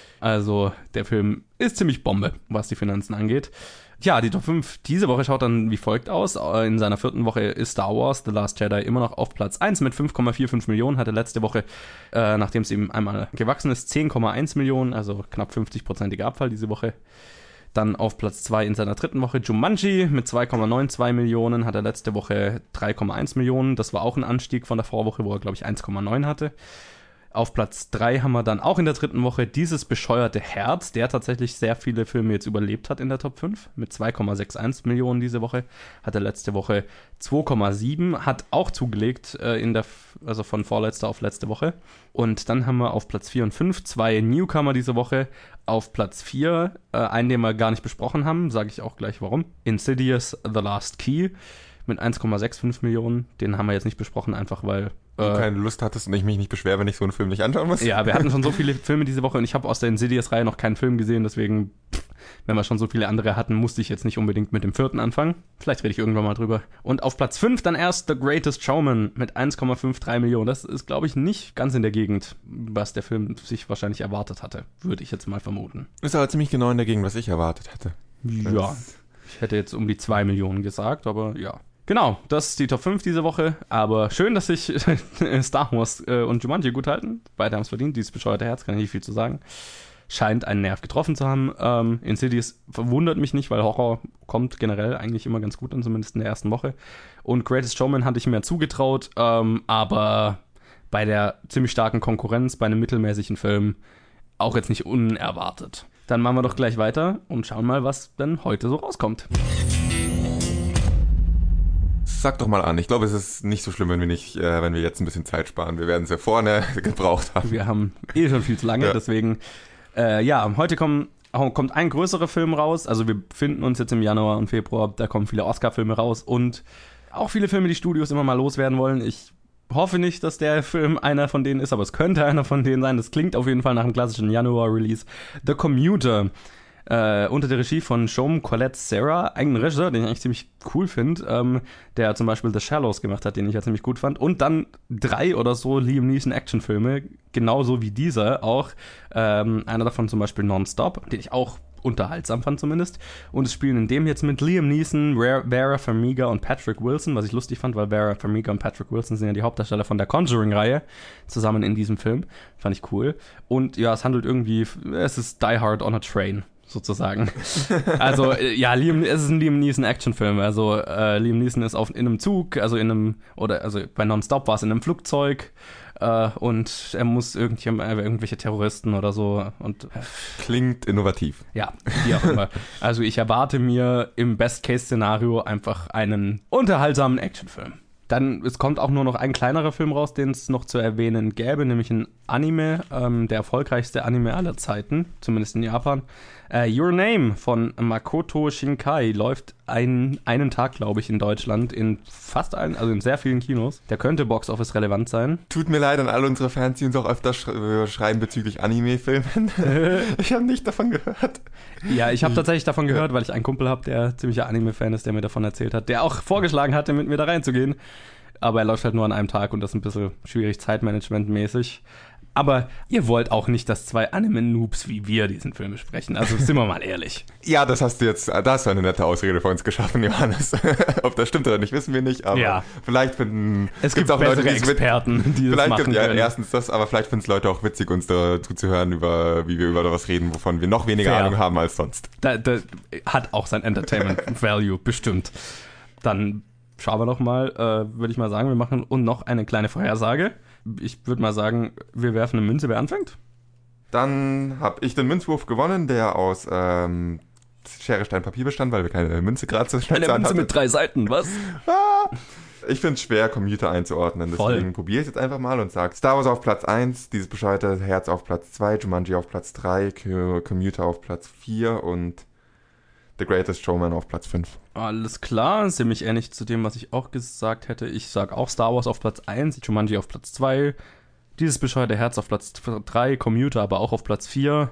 Also der Film ist ziemlich Bombe, was die Finanzen angeht. Ja, die Top fünf diese Woche schaut dann wie folgt aus. In seiner vierten Woche ist Star Wars The Last Jedi immer noch auf Platz eins mit fünf Komma fünfundvierzig Millionen. Hatte letzte Woche, äh, nachdem es ihm einmal gewachsen ist, zehn Komma eins Millionen, also knapp fünfzig-prozentiger Abfall diese Woche. Dann auf Platz zwei in seiner dritten Woche Jumanji mit zwei Komma zweiundneunzig Millionen, hatte letzte Woche drei Komma eins Millionen. Das war auch ein Anstieg von der Vorwoche, wo er, glaube ich, eins Komma neun hatte. Auf Platz drei haben wir dann auch in der dritten Woche Dieses bescheuerte Herz, der tatsächlich sehr viele Filme jetzt überlebt hat in der Top fünf, mit zwei Komma einundsechzig Millionen diese Woche. Hatte letzte Woche zwei Komma sieben, hat auch zugelegt, äh, in der, also von vorletzter auf letzte Woche. Und dann haben wir auf Platz vier und fünf zwei Newcomer diese Woche. Auf Platz vier, äh, einen, den wir gar nicht besprochen haben, sage ich auch gleich warum. Insidious The Last Key mit eins Komma fünfundsechzig Millionen. Den haben wir jetzt nicht besprochen, einfach weil du äh, keine Lust hattest und ich mich nicht beschwere, wenn ich so einen Film nicht anschauen muss. Ja, wir hatten schon so viele Filme diese Woche und ich habe aus der Insidious-Reihe noch keinen Film gesehen, deswegen, pff, wenn wir schon so viele andere hatten, musste ich jetzt nicht unbedingt mit dem vierten anfangen. Vielleicht rede ich irgendwann mal drüber. Und auf Platz fünf dann erst The Greatest Showman mit eins Komma dreiundfünfzig Millionen. Das ist, glaube ich, nicht ganz in der Gegend, was der Film sich wahrscheinlich erwartet hatte, würde ich jetzt mal vermuten. Ist aber ziemlich genau in der Gegend, was ich erwartet hätte. Ja, das ich hätte jetzt um die zwei Millionen gesagt, aber ja. Genau, das ist die Top fünf diese Woche, aber schön, dass sich Star Wars äh, und Jumanji gut halten. Beide haben es verdient, dieses bescheuerte Herz, kann ich nicht viel zu sagen. Scheint einen Nerv getroffen zu haben. Ähm, Insidious verwundert mich nicht, weil Horror kommt generell eigentlich immer ganz gut an, zumindest in der ersten Woche. Und Greatest Showman hatte ich mir zugetraut, ähm, aber bei der ziemlich starken Konkurrenz, bei einem mittelmäßigen Film, auch jetzt nicht unerwartet. Dann machen wir doch gleich weiter und schauen mal, was denn heute so rauskommt. Sag doch mal an. Ich glaube, es ist nicht so schlimm, wenn wir nicht, äh, wenn wir jetzt ein bisschen Zeit sparen. Wir werden es ja vorne gebraucht haben. Wir haben eh schon viel zu lange, ja. deswegen. Äh, ja, heute kommen, kommt ein größerer Film raus. Also wir befinden uns jetzt im Januar und Februar. Da kommen viele Oscar-Filme raus und auch viele Filme, die Studios immer mal loswerden wollen. Ich hoffe nicht, dass der Film einer von denen ist, aber es könnte einer von denen sein. Das klingt auf jeden Fall nach einem klassischen Januar-Release. The Commuter. Äh, unter der Regie von Shom Colette Serra, eigenen Regisseur, den ich eigentlich ziemlich cool finde, ähm, der zum Beispiel The Shallows gemacht hat, den ich ja ziemlich gut fand. Und dann drei oder so Liam Neeson Actionfilme, genauso wie dieser auch. Ähm, einer davon zum Beispiel Non-Stop, den ich auch unterhaltsam fand zumindest. Und es spielen in dem jetzt mit Liam Neeson, Vera Farmiga und Patrick Wilson, was ich lustig fand, weil Vera Farmiga und Patrick Wilson sind ja die Hauptdarsteller von der Conjuring-Reihe, zusammen in diesem Film. Fand ich cool. Und ja, es handelt irgendwie, es ist Die Hard on a Train, sozusagen. Also, ja, Liam, es ist ein Liam Neeson Actionfilm. Also, äh, Liam Neeson ist auf, in einem Zug, also in einem, oder also bei Non-Stop war es in einem Flugzeug. Uh, und er muss irgendwelche Terroristen oder so und klingt innovativ. Ja, wie auch immer. Also ich erwarte mir im Best-Case-Szenario einfach einen unterhaltsamen Actionfilm. Dann, es kommt auch nur noch ein kleinerer Film raus, den es noch zu erwähnen gäbe, nämlich ein Anime, ähm, der erfolgreichste Anime aller Zeiten, zumindest in Japan. Uh, Your Name von Makoto Shinkai läuft ein, einen Tag, glaube ich, in Deutschland in fast allen, also in sehr vielen Kinos. Der könnte Box-Office relevant sein. Tut mir leid an alle unsere Fans, die uns auch öfter sch- schreiben bezüglich Anime-Filmen. Ich habe nicht davon gehört. Ja, ich habe tatsächlich davon gehört, weil ich einen Kumpel habe, der ziemlicher Anime-Fan ist, der mir davon erzählt hat, der auch vorgeschlagen hatte, mit mir da reinzugehen. Aber er läuft halt nur an einem Tag und das ist ein bisschen schwierig zeitmanagementmäßig. Aber ihr wollt auch nicht, dass zwei Anime-Noobs wie wir diesen Film besprechen. Also sind wir mal ehrlich. Ja, das hast du jetzt, da hast du eine nette Ausrede für uns geschaffen, Johannes. Ob das stimmt oder nicht, wissen wir nicht. Aber ja. Vielleicht finden es gibt auch Leute, die Experten, die das vielleicht machen gibt, ja, können. Erstens das, aber vielleicht finden es Leute auch witzig, uns dazu zu hören, über, wie wir über was reden, wovon wir noch weniger Fair. Ahnung haben als sonst. Da, da hat auch sein Entertainment-Value, bestimmt. Dann schauen wir doch mal, äh, würde ich mal sagen, wir machen und noch eine kleine Vorhersage. Ich würde mal sagen, wir werfen eine Münze, wer anfängt? Dann habe ich den Münzwurf gewonnen, der aus ähm, Schere, Stein, Papier bestand, weil wir keine Münze gerade so schnell Eine Münze hatten. mit drei Seiten, was? Ah, ich finde es schwer, Computer einzuordnen, deswegen probiere ich es jetzt einfach mal und sage Star Wars auf Platz eins, dieses bescheuerte Herz auf Platz zwei, Jumanji auf Platz drei, Commuter auf Platz vier und The Greatest Showman auf Platz fünf. Alles klar, ziemlich ähnlich zu dem, was ich auch gesagt hätte. Ich sage auch Star Wars auf Platz eins, Jumanji auf Platz zwei, dieses bescheuerte Herz auf Platz drei, Commuter aber auch auf Platz vier.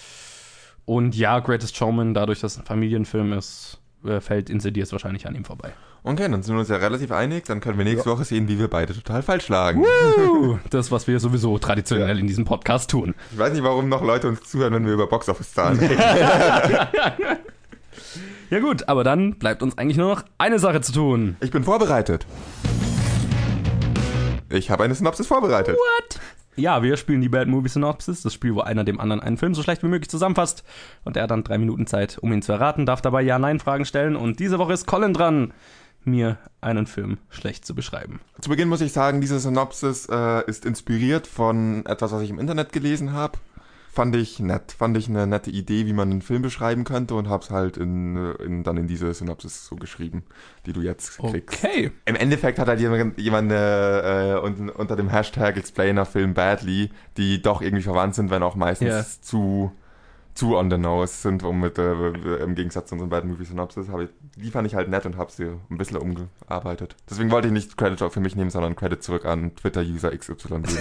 Und ja, Greatest Showman, dadurch, dass es ein Familienfilm ist, fällt Insidious wahrscheinlich an ihm vorbei. Okay, dann sind wir uns ja relativ einig. Dann können wir nächste ja. Woche sehen, wie wir beide total falsch lagen. Woo! Das, was wir sowieso traditionell ja. in diesem Podcast tun. Ich weiß nicht, warum noch Leute uns zuhören, wenn wir über Box-Office-Zahlen reden. Ja gut, aber dann bleibt uns eigentlich nur noch eine Sache zu tun. Ich bin vorbereitet. Ich habe eine Synopsis vorbereitet. What? Ja, wir spielen die Bad Movie Synopsis, das Spiel, wo einer dem anderen einen Film so schlecht wie möglich zusammenfasst und er hat dann drei Minuten Zeit, um ihn zu erraten, darf dabei Ja-Nein-Fragen stellen und diese Woche ist Colin dran, mir einen Film schlecht zu beschreiben. Zu Beginn muss ich sagen, diese Synopsis äh, ist inspiriert von etwas, was ich im Internet gelesen habe. Fand ich nett, fand ich eine nette Idee, wie man einen Film beschreiben könnte und hab's halt in, in, dann in diese Synopsis so geschrieben, die du jetzt kriegst. Okay. Im Endeffekt hat halt jemand, jemand äh, unter, unter dem Hashtag Explainer Film Badly, die doch irgendwie verwandt sind, wenn auch meistens yeah. zu, zu on the nose sind, um mit, äh, im Gegensatz zu unseren Bad Movie Synopsis, hab ich, die fand ich halt nett und hab sie ein bisschen umgearbeitet. Deswegen wollte ich nicht Credit auch für mich nehmen, sondern Credit zurück an Twitter-User X Y geben.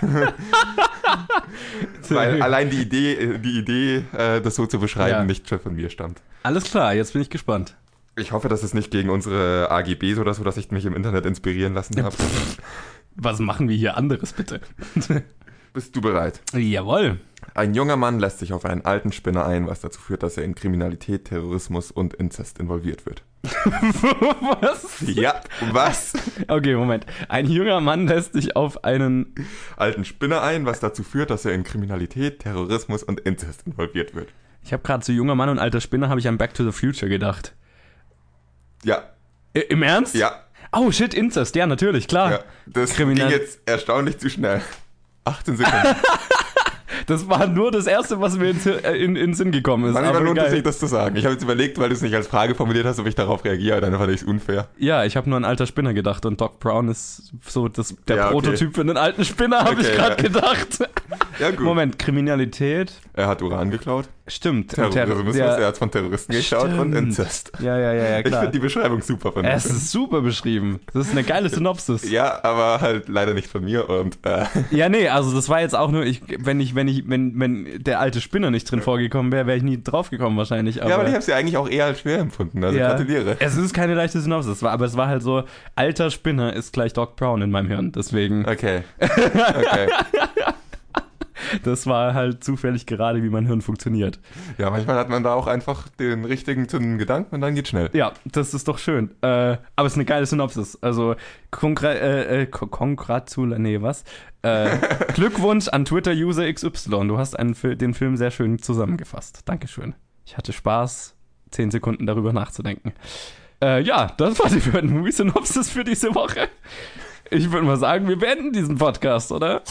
Weil allein die Idee, die Idee, das so zu beschreiben, ja. nicht von mir stammt. Alles klar, jetzt bin ich gespannt. Ich hoffe, dass es nicht gegen unsere A G Bs oder so, dass ich mich im Internet inspirieren lassen habe. Was machen wir hier anderes, bitte? Bist du bereit? Jawohl. Ein junger Mann lässt sich auf einen alten Spinner ein, was dazu führt, dass er in Kriminalität, Terrorismus und Inzest involviert wird. Was? Ja, was? Okay, Moment. Ein junger Mann lässt sich auf einen alten Spinner ein, was dazu führt, dass er in Kriminalität, Terrorismus und Inzest involviert wird. Ich habe gerade zu junger Mann und alter Spinner habe ich an Back to the Future gedacht. Ja. I- Im Ernst? Ja. Oh shit, Inzest, ja natürlich, klar. Ja, das Kriminal- ging jetzt erstaunlich zu schnell. achtzehn Sekunden. Das war nur das Erste, was mir in, in, in Sinn gekommen ist. Manchmal lohnt es sich, das zu sagen. Ich habe jetzt überlegt, weil du es nicht als Frage formuliert hast, ob ich darauf reagiere, aber dann fand ich es unfair. Ja, ich habe nur an alter Spinner gedacht und Doc Brown ist so das, der ja, okay. Prototyp für einen alten Spinner, habe okay, ich gerade ja. gedacht. Ja, gut. Moment, Kriminalität. Er hat Uran geklaut. Stimmt. Terrorismus, der, er hat von Terroristen geschaut und Inzest. Ja, ja, ja, ja, klar. Ich finde die Beschreibung super von mir. Es ist super beschrieben. Das ist eine geile Synopsis. Ja, aber halt leider nicht von mir und äh. Ja, nee, also das war jetzt auch nur, ich, wenn ich, wenn ich die, wenn, wenn der alte Spinner nicht drin vorgekommen wäre, wäre ich nie drauf gekommen wahrscheinlich. Aber ja, aber ich habe es ja eigentlich auch eher als schwer empfunden, also ja, gratuliere. Es ist keine leichte Synopsis, aber es war halt so, alter Spinner ist gleich Doc Brown in meinem Hirn, deswegen. Okay, okay. Das war halt zufällig gerade, wie mein Hirn funktioniert. Ja, manchmal hat man da auch einfach den richtigen zündenden Gedanken und dann geht's schnell. Ja, das ist doch schön. Äh, aber es ist eine geile Synopsis. Also, konkre- äh, äh, Kongratul, nee, was? Äh, Glückwunsch an Twitter-User X Y. Du hast einen, den Film sehr schön zusammengefasst. Dankeschön. Ich hatte Spaß, zehn Sekunden darüber nachzudenken. Äh, ja, das war die Bird Movie Synopsis für diese Woche. Ich würde mal sagen, wir beenden diesen Podcast, oder?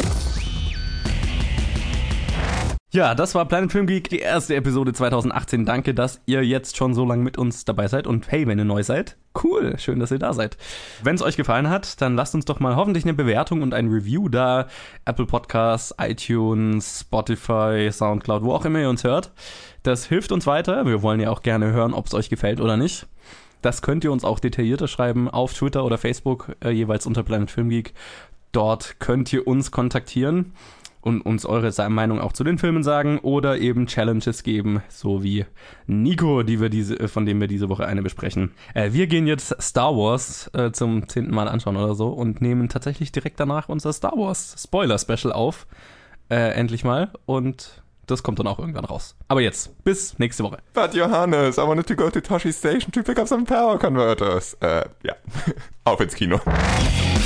Ja, das war Planet Film Geek, die erste Episode zwanzig achtzehn. Danke, dass ihr jetzt schon so lange mit uns dabei seid. Und hey, wenn ihr neu seid, cool, schön, dass ihr da seid. Wenn es euch gefallen hat, dann lasst uns doch mal hoffentlich eine Bewertung und ein Review da. Apple Podcasts, iTunes, Spotify, Soundcloud, wo auch immer ihr uns hört. Das hilft uns weiter. Wir wollen ja auch gerne hören, ob es euch gefällt oder nicht. Das könnt ihr uns auch detaillierter schreiben auf Twitter oder Facebook, äh, jeweils unter Planet Film Geek. Dort könnt ihr uns kontaktieren und uns eure Meinung auch zu den Filmen sagen oder eben Challenges geben, so wie Nico, die wir diese, von dem wir diese Woche eine besprechen. Äh, wir gehen jetzt Star Wars äh, zum zehnten Mal anschauen oder so und nehmen tatsächlich direkt danach unser Star Wars Spoiler-Special auf. Äh, endlich mal. Und das kommt dann auch irgendwann raus. Aber jetzt, bis nächste Woche. But Johannes, I wanted to go to Toshi Station to pick up some power converters. Äh, ja. Auf ins Kino.